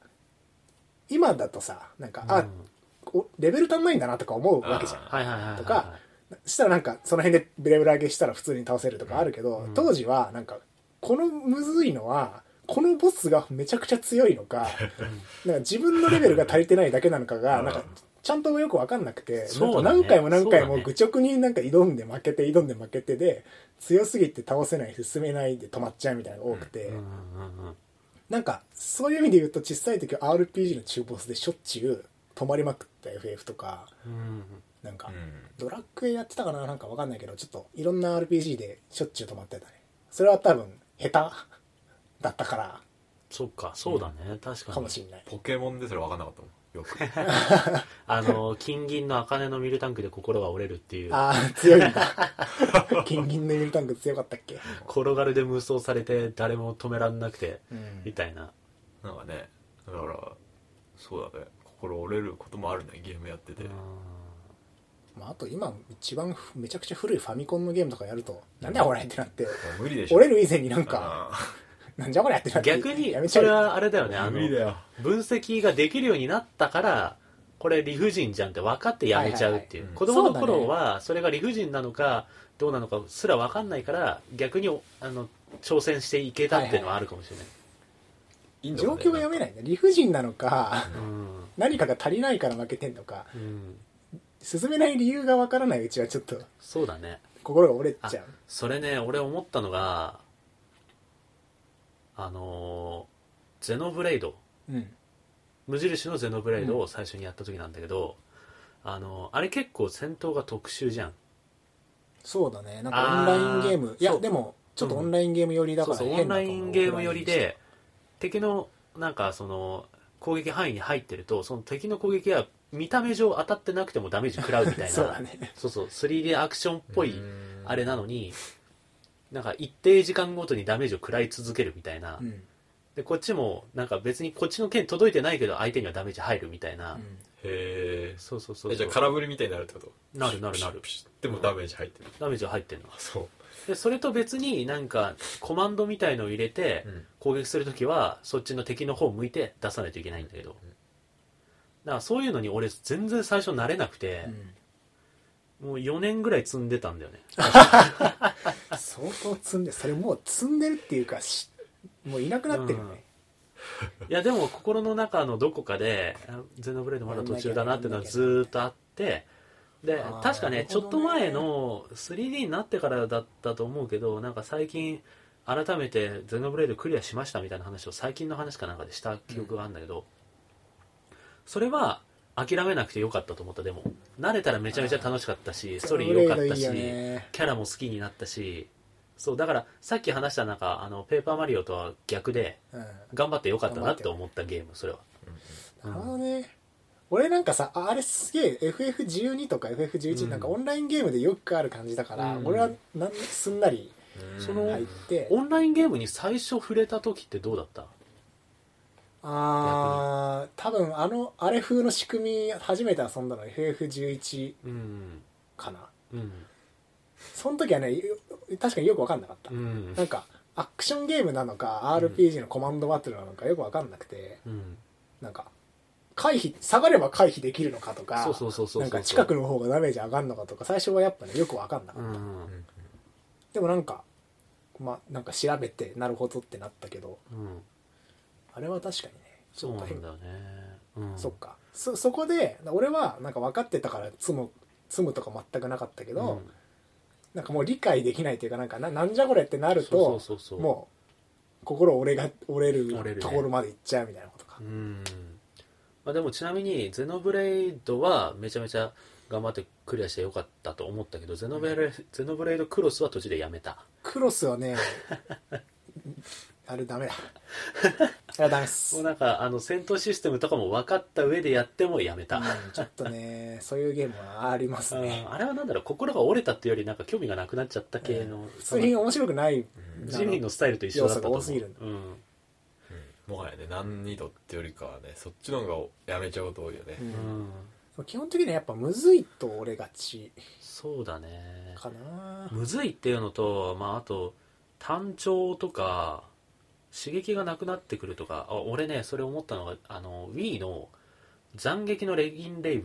今だとさ、なんかレベル足んないんだなとか思うわけじゃん。とかしたらなんかその辺でブレブレ上げしたら普通に倒せるとかあるけど、当時はなんかこのむずいのはこのボスがめちゃくちゃ強いのかなんか自分のレベルが足りてないだけなのかがなんかちゃんとよく分かんなくて、
そうだね、
何回も何回も愚直になんか挑んで負けて挑んで負けてで強すぎて倒せない進めないで止まっちゃうみたいなのが多くて、なんかそういう意味で言うと小さい時は RPG の中ボスでしょっちゅう止まりまくった FF とか、なんかドラクエやってたかな、なんか分かんないけどちょっといろんな RPG でしょっちゅう止まってたね。それは多分下手だったから
そっか、そうだね、確かに
かもしんない。
ポケモンでそれ分かんなかったもんよく
金銀の茜のミルタンクで心が折れるっていう、
ああ強いんだ金銀のミルタンク強かったっけ。
転がるで無双されて誰も止めらんなくて、みたいな。
なんかね、だからそうだね、心折れることもあるね、ゲームやってて。
まあ、あと今一番めちゃくちゃ古いファミコンのゲームとかやるとなんだこれってなって
無理でしょ。
折れる以前になんかなんじゃこれってなって
逆に
やめちゃう。
それはあれだよね、
無理だよ。
分析ができるようになったからこれ理不尽じゃんって分かってやめちゃうっていう、子供の頃はそれが理不尽なのかどうなのかすら分かんないから逆に挑戦していけたっていうのはあるかもしれない、
状況が読めないんだ。理不尽なのか、何かが足りないから負けてんのか、進めない理由が分からないうちはちょっと
そうだね、
心が折れちゃう。
それね、俺思ったのがゼノブレイド、無印のゼノブレイドを最初にやった時なんだけど、あれ結構戦闘が特殊じゃん。
そうだね、なんかオンラインゲーム、いやでもちょっとオンラインゲーム寄りだから
そうそう、オンラインゲーム寄りで敵のなんかその攻撃範囲に入ってるとその敵の攻撃は見た目上当たってなくてもダメージ食らうみたいな
そうだね、
そうそう 3D アクションっぽいあれなのになんか一定時間ごとにダメージを食らい続けるみたいな、でこっちもなんか別にこっちの剣届いてないけど相手にはダメージ入るみたいな、
へえ。
そうそうそう、
じゃあ空振りみたいになるってこと？
なるなるなる。
でもダメージ入ってる。
ダメージは入ってんの。
そう
でそれと別になんかコマンドみたいのを入れて攻撃するときはそっちの敵の方を向いて出さないといけないんだけど、だからそういうのに俺全然最初慣れなくて、もう4年ぐらい積んでたんだよね
相当積んで、それもう積んでるっていうかもういなくなってるね、
いやでも心の中のどこかでゼノブレイドまだ途中だなっていうのはずーっとあって、で確かねちょっと前の 3D になってからだったと思うけど、なんか最近改めてゼノブレイドクリアしましたみたいな話を最近の話かなんかでした記憶があるんだけど、それは諦めなくてよかったと思った。でも慣れたらめちゃめちゃ楽しかったしストーリー良かったしキャラも好きになったし、そうだからさっき話したなんかペーパーマリオとは逆で頑張ってよかったなって思ったゲーム、それは。
なるほどね。俺なんかさあれすげえ FF12 とか FF11 なんかオンラインゲームでよくある感じだから、俺はすんなり入って、
オンラインゲームに最初触れた時ってどうだった？
多分あれ風の仕組み初めて遊んだのは FF11 かな、その時はね確かによく分かんなかった、なんかアクションゲームなのか RPG のコマンドバトルなのかよく分かんなくて、なんか下がれば回避できるのかとか、なんか近くの方がダメージ上がるのかとか最初はやっぱねよく分かんなかった、でもなんかなんか調べてなるほどってなったけど、あれは確かにね
そうなんだよね、
そっか、そこで俺はなんか分かってたから積むとか全くなかったけど、なんかもう理解できないというかなんじゃこれってなるともう心折れるところまでいっちゃうみたいなことか。
まあ、でもちなみにゼノブレイドはめちゃめちゃ頑張ってクリアしてよかったと思ったけど、ゼノブレイドクロスは途中でやめた。
クロスはねあれダメだあれはダメっす。
もうなんか戦闘システムとかも分かった上でやってもやめた、
ちょっとねそういうゲームはありますね。
あれはなんだろう、心が折れたっていうよりなんか興味がなくなっちゃった系の、
普通に面白くない
ジミーのスタイルと一緒だったと思う。
要素が多すぎるんだ、
もはやね難易度ってよりかはねそっちの方がやめちゃうこと多いよね、
基本的にはやっぱむずいと折れがち
そうだね
かな。
むずいっていうのと、あと単調とか刺激がなくなってくるとか、俺ねそれ思ったのがWii の斬撃のレギンレイブって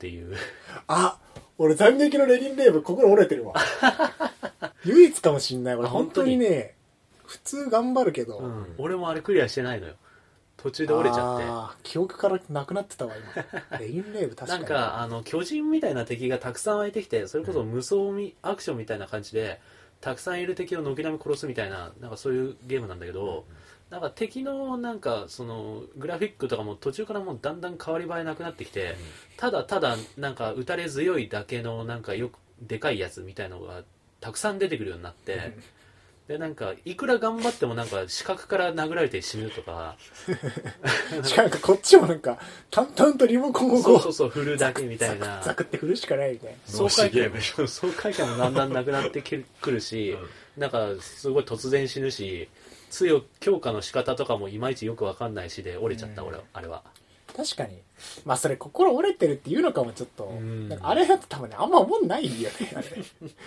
っていう
あ、俺斬撃のレギンレーブ心折れてるわ唯一かもしんない俺本当にね普通頑張るけど、
うん、俺もあれクリアしてないのよ。途中で折れちゃって。
記憶からなくなってたわ今レギンレーブ確かに
なんか巨人みたいな敵がたくさん湧いてきて、それこそ無双アクションみたいな感じでたくさんいる敵を軒並み殺すみたいな、なんかそういうゲームなんだけど、なんか敵のなんかそのグラフィックとかも途中からもうだんだん変わり映えなくなってきて、ただただなんか打たれ強いだけのなんかよくでかいやつみたいのがたくさん出てくるようになって、でなんかいくら頑張ってもなんか視覚から殴られて死ぬとか
なんかこっちもなんか淡々とリモコンをこう
そう振るだけみたいな
ザクって振るしかないみたいな
爽快感もだんだんなくなってくるし、なんかすごい突然死ぬし、強化の仕方とかもいまいちよく分かんないしで折れちゃった、俺あれは。確
かにまあそれ心折れてるっていうのかもちょっと、なんかあれだと多分ねあんま思んないよねあれ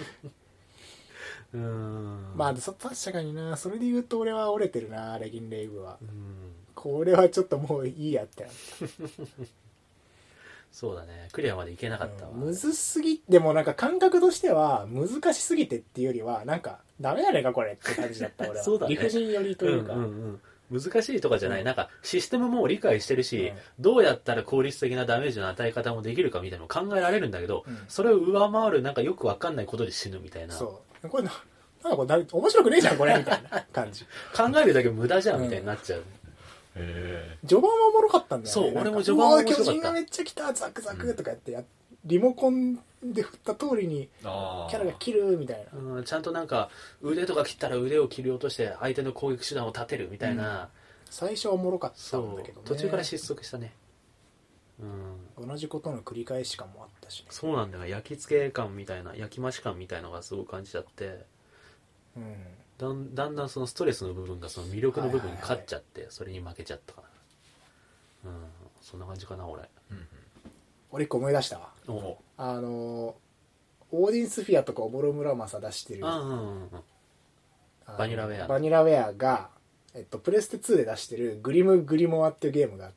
まあ確かにな、それで言うと俺は折れてるなレギンレイブは。これはちょっともういいやってなった
そうだね、クリアまでいけなかったわ、
むずすぎ。でもなんか感覚としては難しすぎてっていうよりはなんかダメやねんかこれって感じだった俺は
そうだね、
理不尽寄りというか、
難しいとかじゃない、なんかシステムも理解してるし、どうやったら効率的なダメージの与え方もできるかみたいなの考えられるんだけど、それを上回るなんかよく分かんないことで死ぬみたいな。
そうこれなんかこれ面白くねえじゃんこれみたいな感じ
考えるだけ無駄じゃんみたいになっちゃう、
序盤はおもろかったんだよね。
そう俺も序盤は面白かった。
巨人がめっちゃ来たザクザクとかやってリモコンで振った通りにキャラが切るみたい
な、ちゃんとなんか腕とか切ったら腕を切り落として相手の攻撃手段を立てるみたいな、
最初はおもろかったんだけどね、
途中から失速したね。
同じことの繰り返し感もあったし、ね、
そうなんだよ、焼き付け感みたいな焼き増し感みたいなのがすごく感じちゃって、だんだんそのストレスの部分がその魅力の部分に勝っちゃって、それに負けちゃったかな。そんな感じかな俺。
俺一個思い出したわ。オーディンスフィアとかオボロムラマサ出してる
バニラウ
ェアが、プレステ2で出してるグリムグリモアっていうゲームがあって、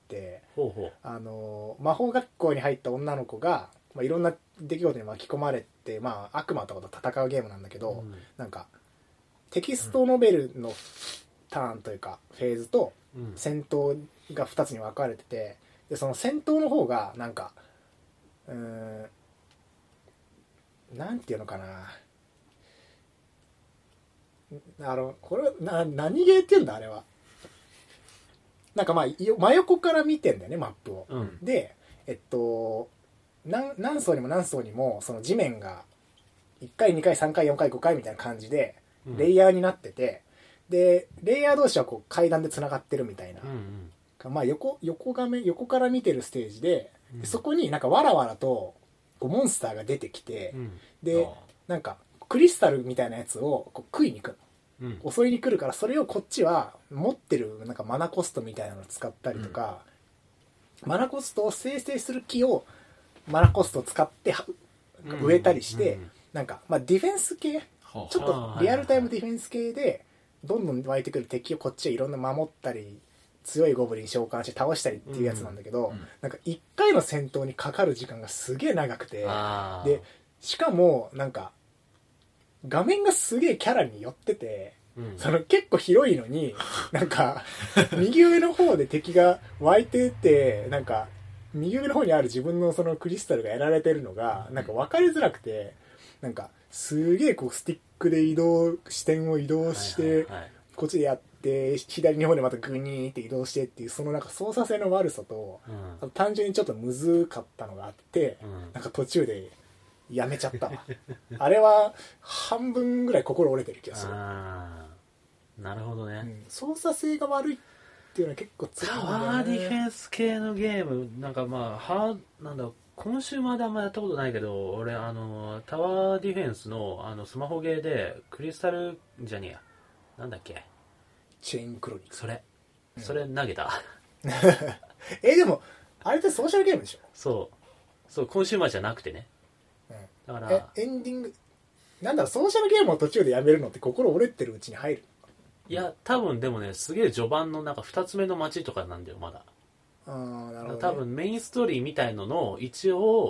魔法学校に入った女の子が、いろんな出来事に巻き込まれて、悪魔とかと戦うゲームなんだけど、なんかテキストノベルのターンというかフェーズと戦闘が2つに分かれてて、でその戦闘の方がなんかなんていうのかな、これ何ゲーっていうんだあれは。なんか真横から見てんだよねマップを、で何層にも何層にもその地面が1回2回3回4回5回みたいな感じでレイヤーになってて、でレイヤー同士はこう階段でつながってるみたいな、横から見てるステージで、そこになんかわらわらとこうモンスターが出てきて、でなんかクリスタルみたいなやつをこう食いに来る、襲いに来るから、それをこっちは持ってるなんかマナコストみたいなのを使ったりとか、マナコストを生成する木をマナコストを使って植えたりして、なんかディフェンス系、ちょっとリアルタイムディフェンス系でどんどん湧いてくる敵をこっちはいろんな守ったり強いゴブリン召喚して倒したりっていうやつなんだけど、なんか1回の戦闘にかかる時間がすげえ長くて、でしかもなんか画面がすげえキャラに寄ってて、その結構広いのになんか右上の方で敵が湧いてて、なんか右上の方にある自分のそのクリスタルがやられてるのがなんか分かりづらくて、なんかすげえこうスティックで視点を移動して、こっちでやって左の方でまたグニーって移動してっていう、そのなんか操作性の悪さと、単純にちょっとむずかったのがあって、なんか途中でやめちゃったわあれは半分ぐらい心折れてる気がする。
なるほどね、
操作性が悪いっていうのは結構辛いんだよね。
タワーディフェンス系のゲームなんかなんだ今週まであんまやったことないけど、俺タワーディフェンスのスマホゲーでクリスタルじゃねえや、なんだっけ、
チェーンクロニクル、
それ投げた
でもあれってソーシャルゲームでしょ。
そうコンシューマーじゃなくてね、だから
エンディングなんだろう、ソーシャルゲームを途中でやめるのって心折れてるうちに入る。
いや多分でもね、すげえ序盤のなんか2つ目の街とかなんだよまだ。
なるほどね、
多分メインストーリーみたいのの一応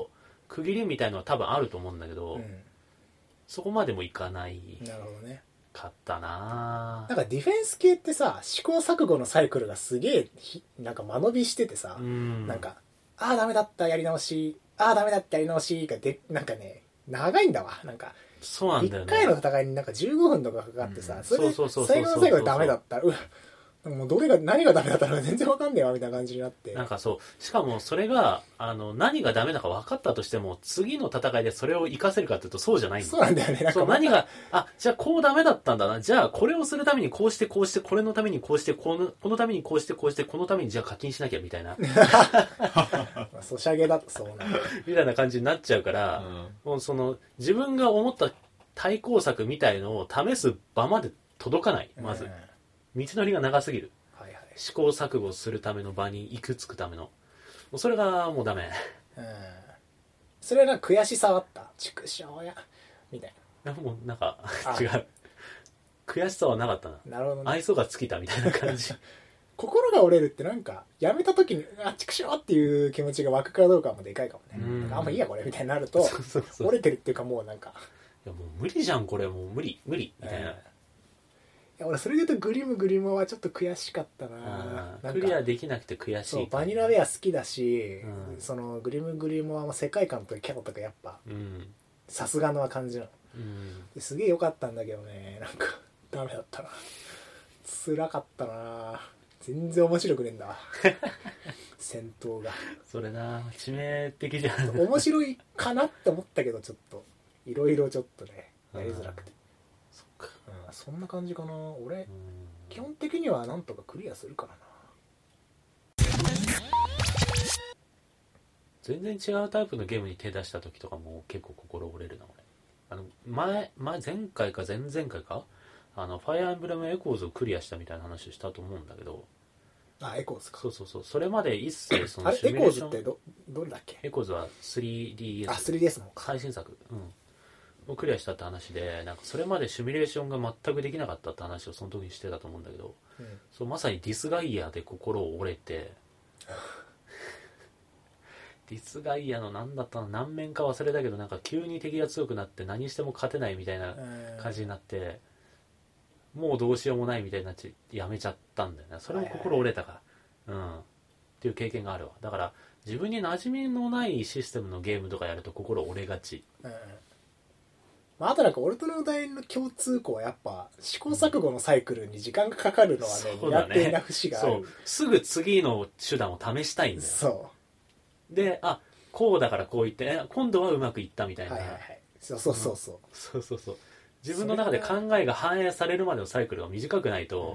区切りみたいのは多分あると思うんだけど、
うん、
そこまでもいかない
なるほどね。
かったな。
なんかディフェンス系ってさ、試行錯誤のサイクルがすげえなんか間延びしててさ、なんかああダメだったやり直し、ああダメだったやり直しがなんかね長いんだわ。なんか
そうなんだよね。
1回の戦いになんか15分とかかかってさ、それで
そう
最後の最後でダメだったら、もう何がダメだったのか全然わかんねえわみたいな感じになって、
なんかそう、しかもそれが何がダメだか分かったとしても次の戦いでそれを活かせるかっていうとそうじゃないんだ。
そうなんだよね。なんか
そう、何がじゃあこうダメだったんだな、じゃあこれをするためにこうしてこうして、これのためにこうして、このためにこうしてこうして、このためにじゃあ課金しなきゃみたいな
ソシャゲだとそうなんだ
みたいな感じになっちゃうから、もうその自分が思った対抗策みたいのを試す場まで届かない。まず道のりが長すぎる。試行錯誤するための場に行くつくための、もうそれがもうダメ。
それはなんか悔しさはあった。畜生やみたい
な。もうなんか違う、悔しさはなかったな。
なるほど、ね、
愛想が尽きたみたいな感じ
心が折れるってなんかやめた時に畜生っていう気持ちが湧くかどうかもでかいかもね。なんかあんまいいやこれみたいになると折れてるっていうか、もうなんか
いやもう無理じゃんこれ、もう無理みたいな。
いや俺それで言うとグリムはちょっと悔しかったな。
クリアできなくて悔しい。
そうバニラウェア好きだし、そのグリムは世界観とキャラとかやっぱさすがの感じなの、すげえ良かったんだけどね、なんかダメだったな。辛かったな。全然面白くねえんだ戦闘が。それな、
致命的じゃん。
面白いかなって思ったけど、ちょっといろいろちょっとねやりづらくて。そんな感じかな。俺基本的にはなんとかクリアするからな。
全然違うタイプのゲームに手出した時とかも結構心折れるな俺。前回か前々回かファイアーエンブレムエコーズをクリアしたみたいな話をしたと思うんだけど。
エコーズか。
そうそれまで一切その
あれエコーズってどれだっけ。
エコーズは 3DS。
3DS の
最新作をクリアしたって話で、なんかそれまでシミュレーションが全くできなかったって話をその時にしてたと思うんだけど、そうまさにディスガイアで心を折れてディスガイアの何だったの何面か忘れたけど、なんか急に敵が強くなって何しても勝てないみたいな感じになって、もうどうしようもないみたいになっちゃやめちゃったんだよね。それも心折れたから、っていう経験があるわ。だから自分に馴染みのないシステムのゲームとかやると心折れがち。
あとなんか俺とのお題の共通項はやっぱ試行錯誤のサイクルに時間がかかるのはね、苦手な節がある。
そうすぐ次の手段を試したいんだよ。
そう
で、こうだからこう言って今度はうまくいったみたいな。
そう
自分の中で考えが反映されるまでのサイクルが短くないと、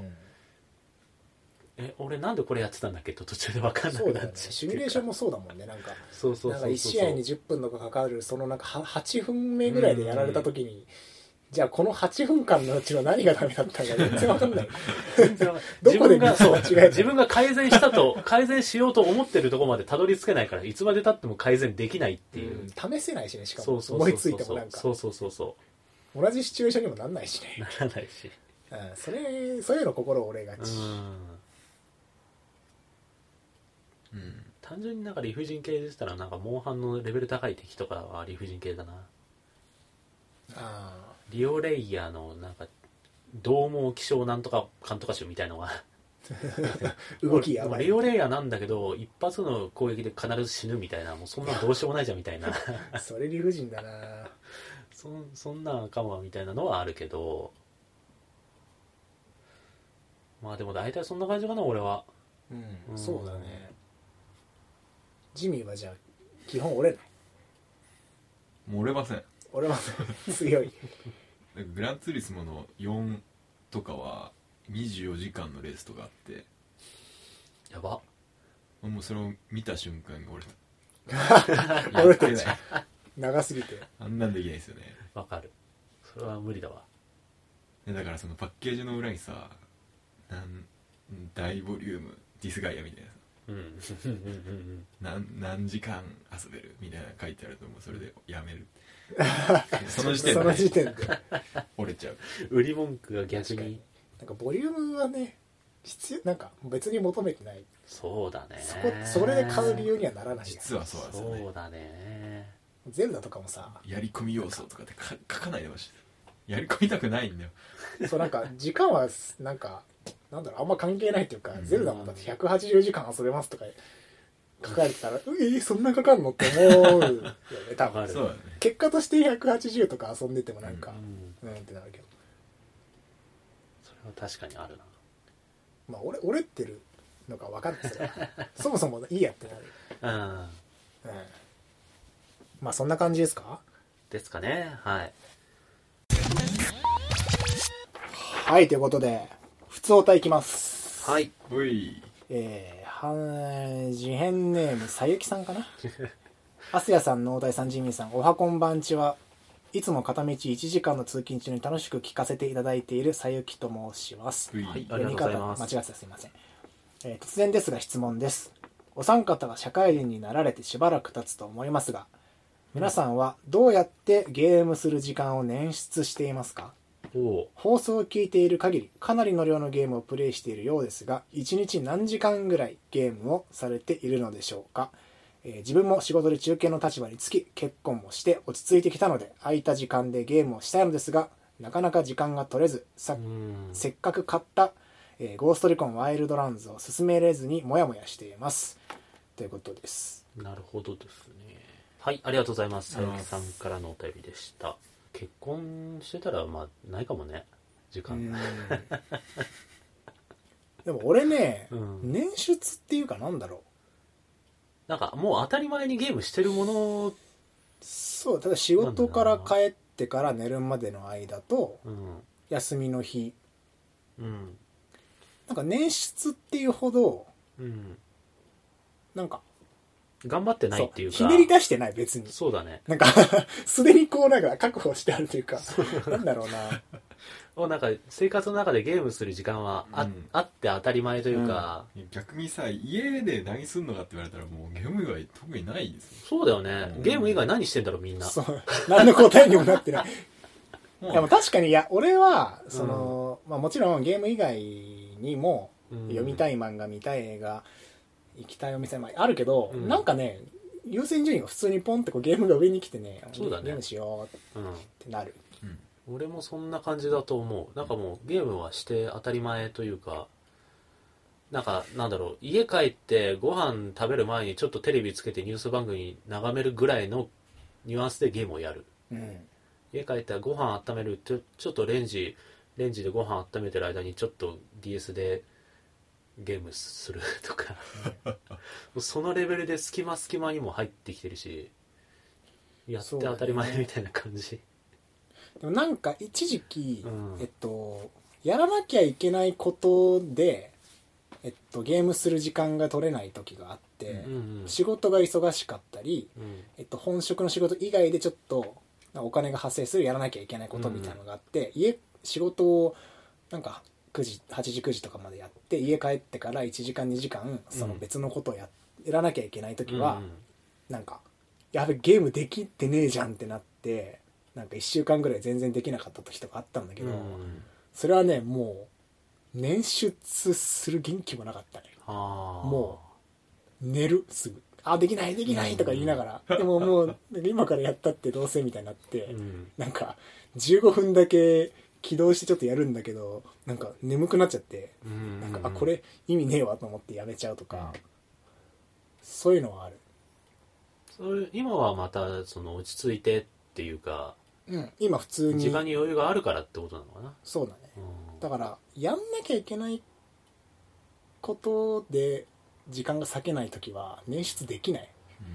俺なんでこれやってたんだっけと途中で分かんなくなっちゃう。
シミュレーションもそうだもんね。なんか
1
試合に10分とかかかるそのなんか8分目ぐらいでやられた時に、じゃあこの8分間のうちの何がダメだったんだ全然分かんないどこで
自分が改善しようと思ってるところまでたどり着けないから、いつまでたっても改善できないっていう、
試せないしね。しかも思いついてもなんか
そう
同じシチュエーションにもなんないしね。
ならないし、
そういうの心折れがち。
単純になんか理不尽系でしたら、なんかモンハンのレベル高い敵とかは理不尽系だな。リオレイヤーのなんか獰猛気象なんとかかんとか種みたいのが
動きやばい。
リオレイヤーなんだけど一発の攻撃で必ず死ぬみたいな、もうそんなどうしようもないじゃんみたいな
それ理不尽だな。
そんなかもみたいなのはあるけど、でも大体そんな感じかな俺は。
そうだね。ジミーはじゃあ基本折れない。
もう折れません。
折れません。強い。
グランツーリスモの4とかは24時間のレースとかあって、
やば。
もうそれを見た瞬間に折れた。
折れてない。長すぎて
あんなんできないですよね。
わかる。それは無理だわ。
だからそのパッケージの裏にさ、大ボリュームディスガイアみたいな何時間遊べるみたいな書いてあると、もうそれでやめるその時点で折れちゃう。
売り文句が逆に
なんかボリュームはねなんか別に求めてない。
そうだね。
それで買う理由にはならない。
実はそうなんですよね。
そうだね。
ゼルダとかもさ、
やり込み要素とかって書かないでほしい。やり込みたくないんだよ。
そうなんか時間はなんかなんだろう、あんま関係ないっていうか、
うん、
ゼルダもだって180時間遊べますとか書かれてたらそんなかかんのって思うよね多分。
そうだね。
結果として180とか遊んでてもなんかってなるけど、
それは確かにあるな。
まあ折れてるのか分かってたらそもそもいいやってなる。
うん
まあそんな感じですか。
ですかね。はい。
はいということで普通おたいきます。
はい。
おい。
事変ネームさゆきさんかなアスヤさん、農大さん、ジミーさん、おはこんばんちは。いつも片道1時間の通勤中に楽しく聞かせていただいているさゆきと申します。
はい、ありがとうございます。
間違ってた、すいません。突然ですが質問です。お三方は社会人になられてしばらく経つと思いますが、皆さんはどうやってゲームする時間を捻出していますか？放送を聞いている限りかなりの量のゲームをプレイしているようですが、1日何時間ぐらいゲームをされているのでしょうか？自分も仕事で中堅の立場につき結婚もして落ち着いてきたので空いた時間でゲームをしたいのですが、なかなか時間が取れずせっかく買った、ゴーストリコンワイルドランズを進めれずにモヤモヤしていますということです。
なるほどですね。はい、ありがとうございます。さゆきさんからのお便りでした。結婚してたらまあないかもね、時間
でも俺ね、捻出っていうかなんだろう、
なんかもう当たり前にゲームしてるもの。
そう、ただ仕事から帰ってから寝るまでの間と、休みの日、なんか捻出っていうほど、なんか
頑張ってないっていうか、
ひねり出してない別に。
そうだね。
なんかすでにこうなんか確保してあるというかなんだろうな
なんか生活の中でゲームする時間は あって当たり前というか、
逆にさ、家で何すんのかって言われたらもうゲーム以外特にないですよ。
そうだよね、ゲーム以外何してんだろうみんな。
そう何の答えにもなってないでも確かに、いや俺はその、まあ、もちろんゲーム以外にも読みたい漫画、見たい映画、行きたいお店もあるけど、なんかね優先順位が普通にポンってこうゲームが上に来てね、
そうだね、
ゲームしようってなる、
俺もそんな感じだと思う。なんかもうゲームはして当たり前というか、なんかなんだろう、家帰ってご飯食べる前にちょっとテレビつけてニュース番組眺めるぐらいのニュアンスでゲームをやる、家帰ったらご飯温める、ちょっとレンジでご飯温めてる間にちょっと DS でゲームするとかそのレベルで隙間にも入ってきてるし、やって当たり前みたいな感じ、
でもなんか一時期、やらなきゃいけないことで、ゲームする時間が取れない時があって、仕事が忙しかったり、本職の仕事以外でちょっとお金が発生するやらなきゃいけないことみたいなのがあって、仕事をなんか8時9時とかまでやって家帰ってから1時間2時間その別のことをやらなきゃいけない時は、なんかやべゲームできてねえじゃんってなって、なんか1週間ぐらい全然できなかった時とかあったんだけど、それはねもう捻出する元気もなかったね。もう寝るすぐ、できないとか言いながら、でももう今からやったってどうせみたいになって、なんか15分だけ起動してちょっとやるんだけどなんか眠くなっちゃって、なんかこれ意味ねえわと思ってやめちゃうとか、そういうのはある。
今はまたその落ち着いてっていうか、
今普通に
時間に余裕があるからってことなのかな。
そうだね、だからやんなきゃいけないことで時間が割けないときは捻出できない、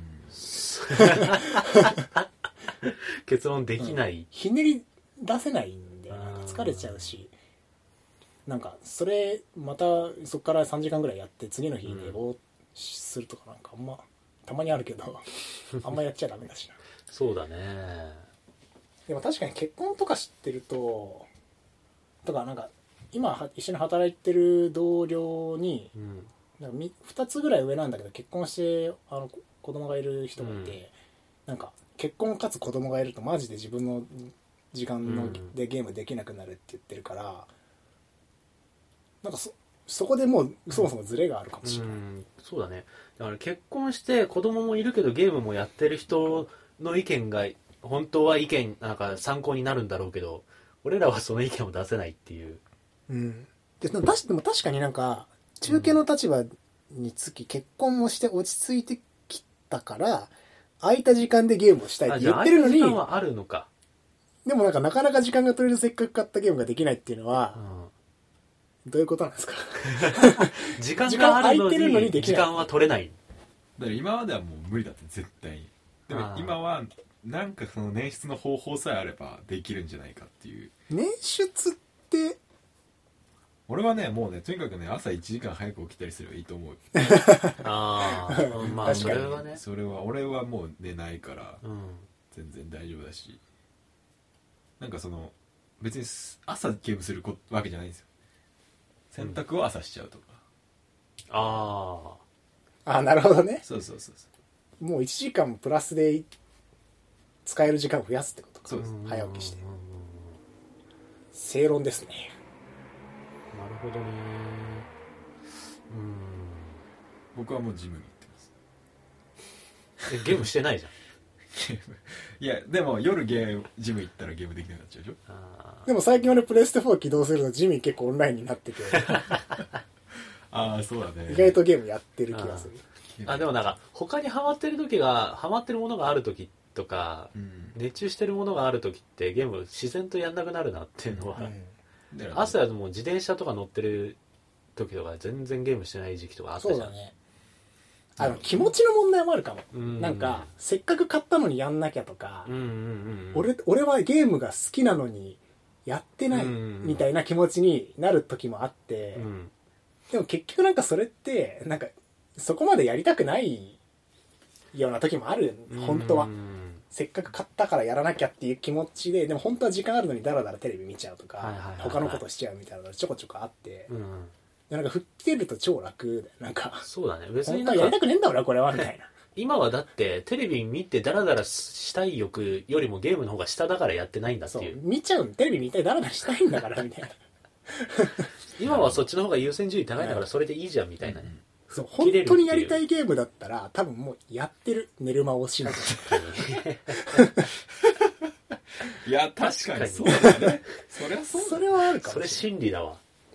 結論できない、
ひねり出せないんで、なんか疲れちゃうし、なんかそれまたそこから3時間ぐらいやって次の日寝坊するとかなんかたまにあるけどあんまやっちゃダメだしな。
そうだね。
でも確かに結婚とか知ってるとなんか今一緒に働いてる同僚に、なんか2つぐらい上なんだけど結婚して子供がいる人がいて、なんか結婚かつ子供がいるとマジで自分の時間でゲームできなくなるって言ってるから、なんかそこでもうそもそもズレがあるかもしれない、
そうだね。だから結婚して子供もいるけどゲームもやってる人の意見が本当は意見なんか参考になるんだろうけど、俺らはその意見を出せないっていう。
でも確かになんか中堅の立場につき結婚もして落ち着いてきたから空いた時間でゲームをしたいって言ってるのに、
時間はあるのか。
でもなんかなかなか時間が取れるせっかく買ったゲームができないっていうのは、どういうことなんですか？
時間があるの
空いてるのに
に
できない
時間は取れない。
だから今まではもう無理だって絶対に。でも今はなんかその捻出の方法さえあればできるんじゃないかっていう。
捻出って
俺はねもうねとにかくね朝1時間早く起きたりすればいいと思う。
ああ、まあそれはね。
それは俺はもう寝ないから、
うん、
全然大丈夫だし、なんかその別に朝ゲームするわけじゃないんですよ。洗濯を朝しちゃうとか、
なるほどね。
そうそう
もう1時間プラスで使える時間を増やすってことか。
そうです。
早起きして正論ですね。
なるほどね。
僕はもうジムに行ってます。
ゲームしてないじゃん。
いやでも夜ジム行ったらゲームできなくなっちゃうでしょ。
でも最近俺プレステ4起動するとジム結構オンラインになってて
ああそうだね。
意外とゲームやってる気がする。
でもなんか他にハマってるものがある時とか、熱中してるものがある時ってゲーム自然とやんなくなるなっていうのは、朝はもう自転車とか乗ってる時とか全然ゲームしてない時期とかあったじゃん。
そうだね。気持ちの問題もあるかも。なんかせっかく買ったのにやんなきゃとか、俺はゲームが好きなのにやってないみたいな気持ちになる時もあって、でも結局なんかそれってなんかそこまでやりたくないような時もある。本当はせっかく買ったからやらなきゃっていう気持ちで、でも本当は時間あるのにダラダラテレビ見ちゃうとか、他のことしちゃうみたいなのがちょこちょこあって、なんか振ってると超楽で、なんか
そうだね。別に
本当はやりたくねえんだ俺これはみたいな。
今はだってテレビ見てダラダラしたい欲よりもゲームの方が下だからやってないんだっていう。
見ちゃう、テレビ見たいダラダラしたいんだからみたいな。
今はそっちの方が優先順位高いんだからそれでいいじゃんみたいなね。
そう本当にやりたいゲームだったら多分もうやってる。寝る間をしなきゃ。
いや確かにそうだね。そりゃそうだ。
それはあるかもしれない。
それ真理だわ。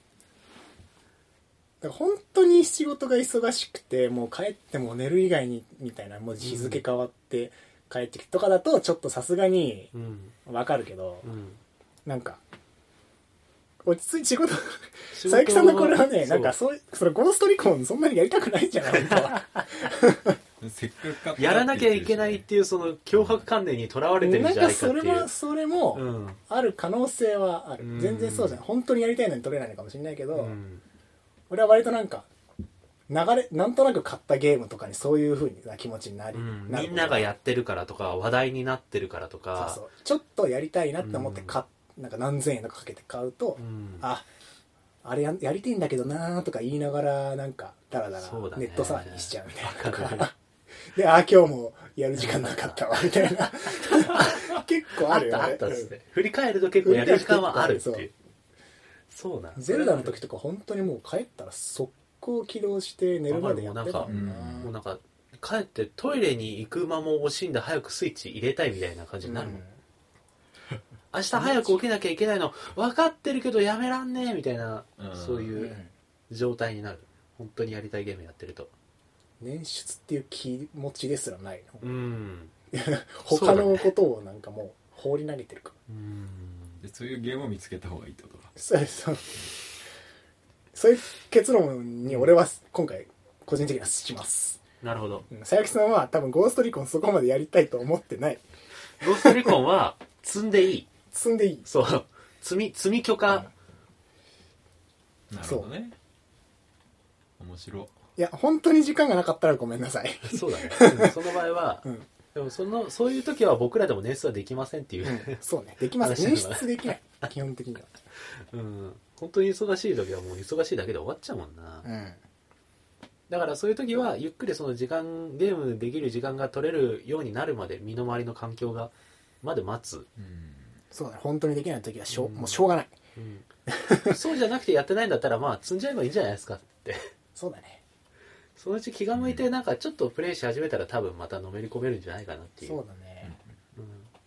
だから本当に仕事が忙しくてもう帰っても寝る以外にみたいな、もう日付変わって帰ってきてとかだとちょっとさすがに分かるけど、なんか落ち着いて仕事佐伯さんのこれはね、なんかそれゴーストリコンそんなにやりたくないんじゃないか。
せっかく買った
やらなきゃいけないっていうその脅迫観念にとらわれてるんじゃないかっていう。
なんかそれもある可能性はある。全然そうじゃない。本当にやりたいのに取れないのかもしれないけど、俺は割となんかなんとなく買ったゲームとかにそういう風な気持ちになり、
みんながやってるからとか話題になってるからとか、
そうちょっとやりたいなって思ってなんか何千円とかかけて買うと、あれやりてえんだけどなーとか言いながらなんかダラダラネットサーフィンしちゃうみたいなとかで今日もやる時間なかったわみたいな結構あるよね。
あったですね。振り返ると結構やる時間はあるっていう。そうなん。
ゼルダの時とか本当にもう帰ったら速攻起動して寝るまでやってたもんな。
もうなんか帰ってトイレに行く間も惜しんで早くスイッチ入れたいみたいな感じになるもん。明日早く起きなきゃいけないの分かってるけどやめらんねえみたいな、そういう状態になる。本当にやりたいゲームやってると
捻出っていう気持ちですらない
の。
他のことをなんかもう放り投げてるから。
そういうゲームを見つけた方がいいってことか。
そういう結論に俺は今回個人的にはします。
なるほど。
佐伯さんは多分ゴーストリコンそこまでやりたいと思ってない。
ゴーストリコンは積んでいい。
積んでいい。
そう積み許可。
なるほどね。面白い。
いや本当に時間がなかったらごめんなさい。
そうだね。その場合は、でもそういう時は僕らでも捻出はできませんっていう、
そうね、できません。捻出できない基本的には。
本当に忙しい時はもう忙しいだけで終わっちゃうもんな。だからそういう時はゆっくりそのゲームできる時間が取れるようになるまで身の回りの環境がまで待つ。
そうだね。本当にできない時はもうしょうがない。
そうじゃなくてやってないんだったらまあ積んじゃえばいいんじゃないですかって。
そうだね。
そのうち気が向いてなんかちょっとプレイし始めたら多分またのめり込めるんじゃないかなっていう。
そうだね。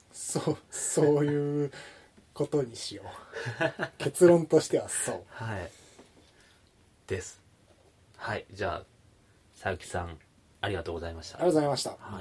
そういうことにしよう結論としてはそう
はいです。はい、じゃあさゆきさんありがとうございました。
ありがとうございました。
はい、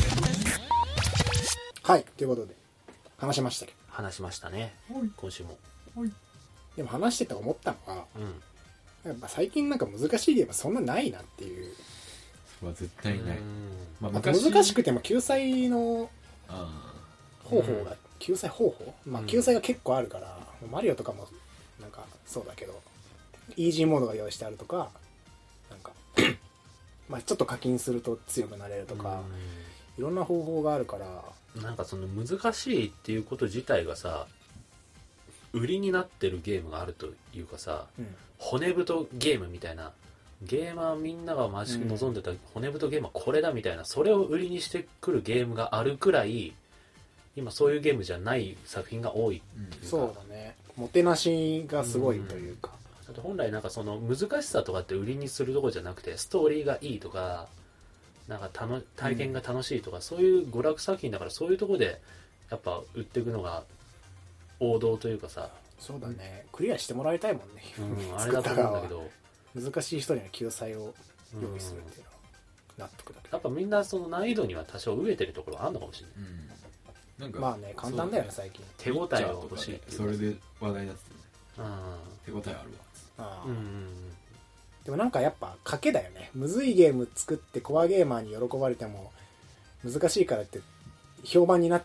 はい、ということで話しましたけど。
話しましたね、今週も。
でも話してて思ったのは、
うん、
やっぱ最近なんか難しいゲームそんなないなっていう。
それは絶対ない。
まあ、難しくても救済の方法が、救済方法、まあ救済が結構あるから、マリオとかもなんかそうだけどイージーモードが用意してあるとか、なんかまあちょっと課金すると強くなれるとか、いろんな方法があるから、
なんかその難しいっていうこと自体がさ売りになってるゲームがあるというかさ、骨太ゲームみたいな、ゲーマーみんなが待ち望んでた骨太ゲームはこれだみたいな、それを売りにしてくるゲームがあるくらい今そういうゲームじゃない作品が多いっていうか、
そうだね、もてなしがすごいというか、
あと本来なんかその難しさとかって売りにするとこじゃなくて、ストーリーがいいとかなんか体験が楽しいとか、そういう娯楽作品だから、そういうとこでやっぱ売っていくのが王道というかさ。
そうだね、クリアしてもらいたいもんね、
あれだと思うんだけど、
難しい人には救済を用意するっていうのは納得だけど、
やっぱみんなその難易度には多少飢えてるところあるのかもしれない、
なんかまあね、簡単だよね最近。
手応えが欲しいっていう、
それで話題になってたね。手応えある
わ。でもなんかやっぱ賭けだよね。むずいゲーム作ってコアゲーマーに喜ばれても難しいからって評判になって、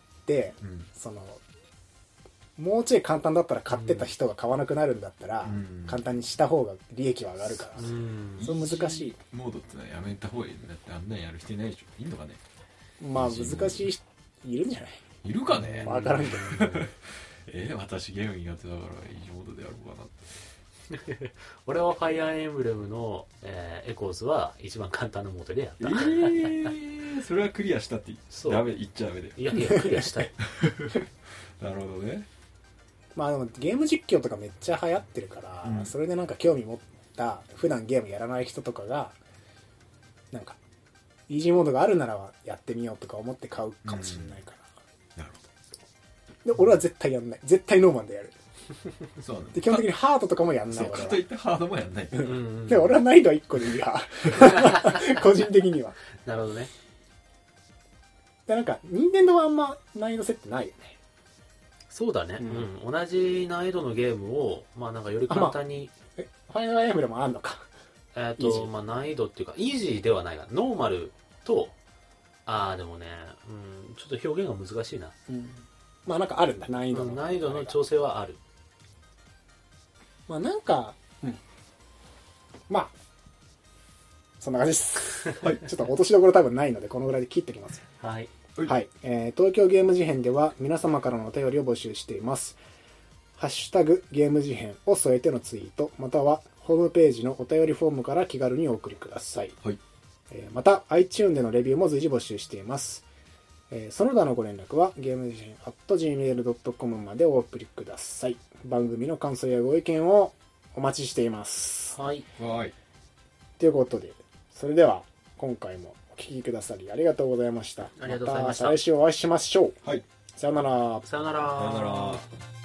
そのもうちょい簡単だったら買ってた人が買わなくなるんだったら、簡単にした方が利益は上がるから、それ難しい。
モードってのはやめた方がいい。だってあんなんやる人いないでしょ。いいのかね。
まあ難しい人いるんじゃない。
いるかね。
分からんけ
ど私ゲーム苦手だからイージーモードでやろうかな。
俺はファイアーエンブレムの、エコーズは一番簡単なモードでやった。
それはクリアしたってダメ、言っちゃダメだよ。
いやいやクリアしたい
なるほどね。
まあでもゲーム実況とかめっちゃ流行ってるから、それでなんか興味持った普段ゲームやらない人とかがなんかイージーモードがあるならやってみようとか思って買うかもしれないから、
なるほ
ど。で俺は絶対やんない、絶対ノーマンでやる。
そうね、
で基本的にハードとかもやんない。
そうかといってハードもやんない。
で俺は難易度は1個でいい派個人的には。
なるほどね。
でなんか任天堂はあんま難易度設定ないよね。
そうだね、同じ難易度のゲームをまあなんかより簡単に、
ファイアーエンブレムもあんのか。
まあ難易度っていうかイージーではないがノーマルとでもね、ちょっと表現が難しいな、
まあなんかあるんだ、難易度
の調整はある。
まあなんか、まあそんな感じです。はい、ちょっと落としどころ多分ないのでこのぐらいで切ってきます。
はい。
はい、東京ゲーム事変では皆様からのお便りを募集しています。ハッシュタグゲーム事変を添えてのツイート、またはホームページのお便りフォームから気軽にお送りください。
はい。
また iTunes でのレビューも随時募集しています。その他のご連絡はゲーム事変 @gmail.com までお送りください。番組の感想やご意見をお待ちしています。
はい。
ということで、それでは今回もお聞きくださりありがとうございました。
ありがとうございました。
また来週お会いしましょう。
はい。
さよなら。
さよなら。
さよなら。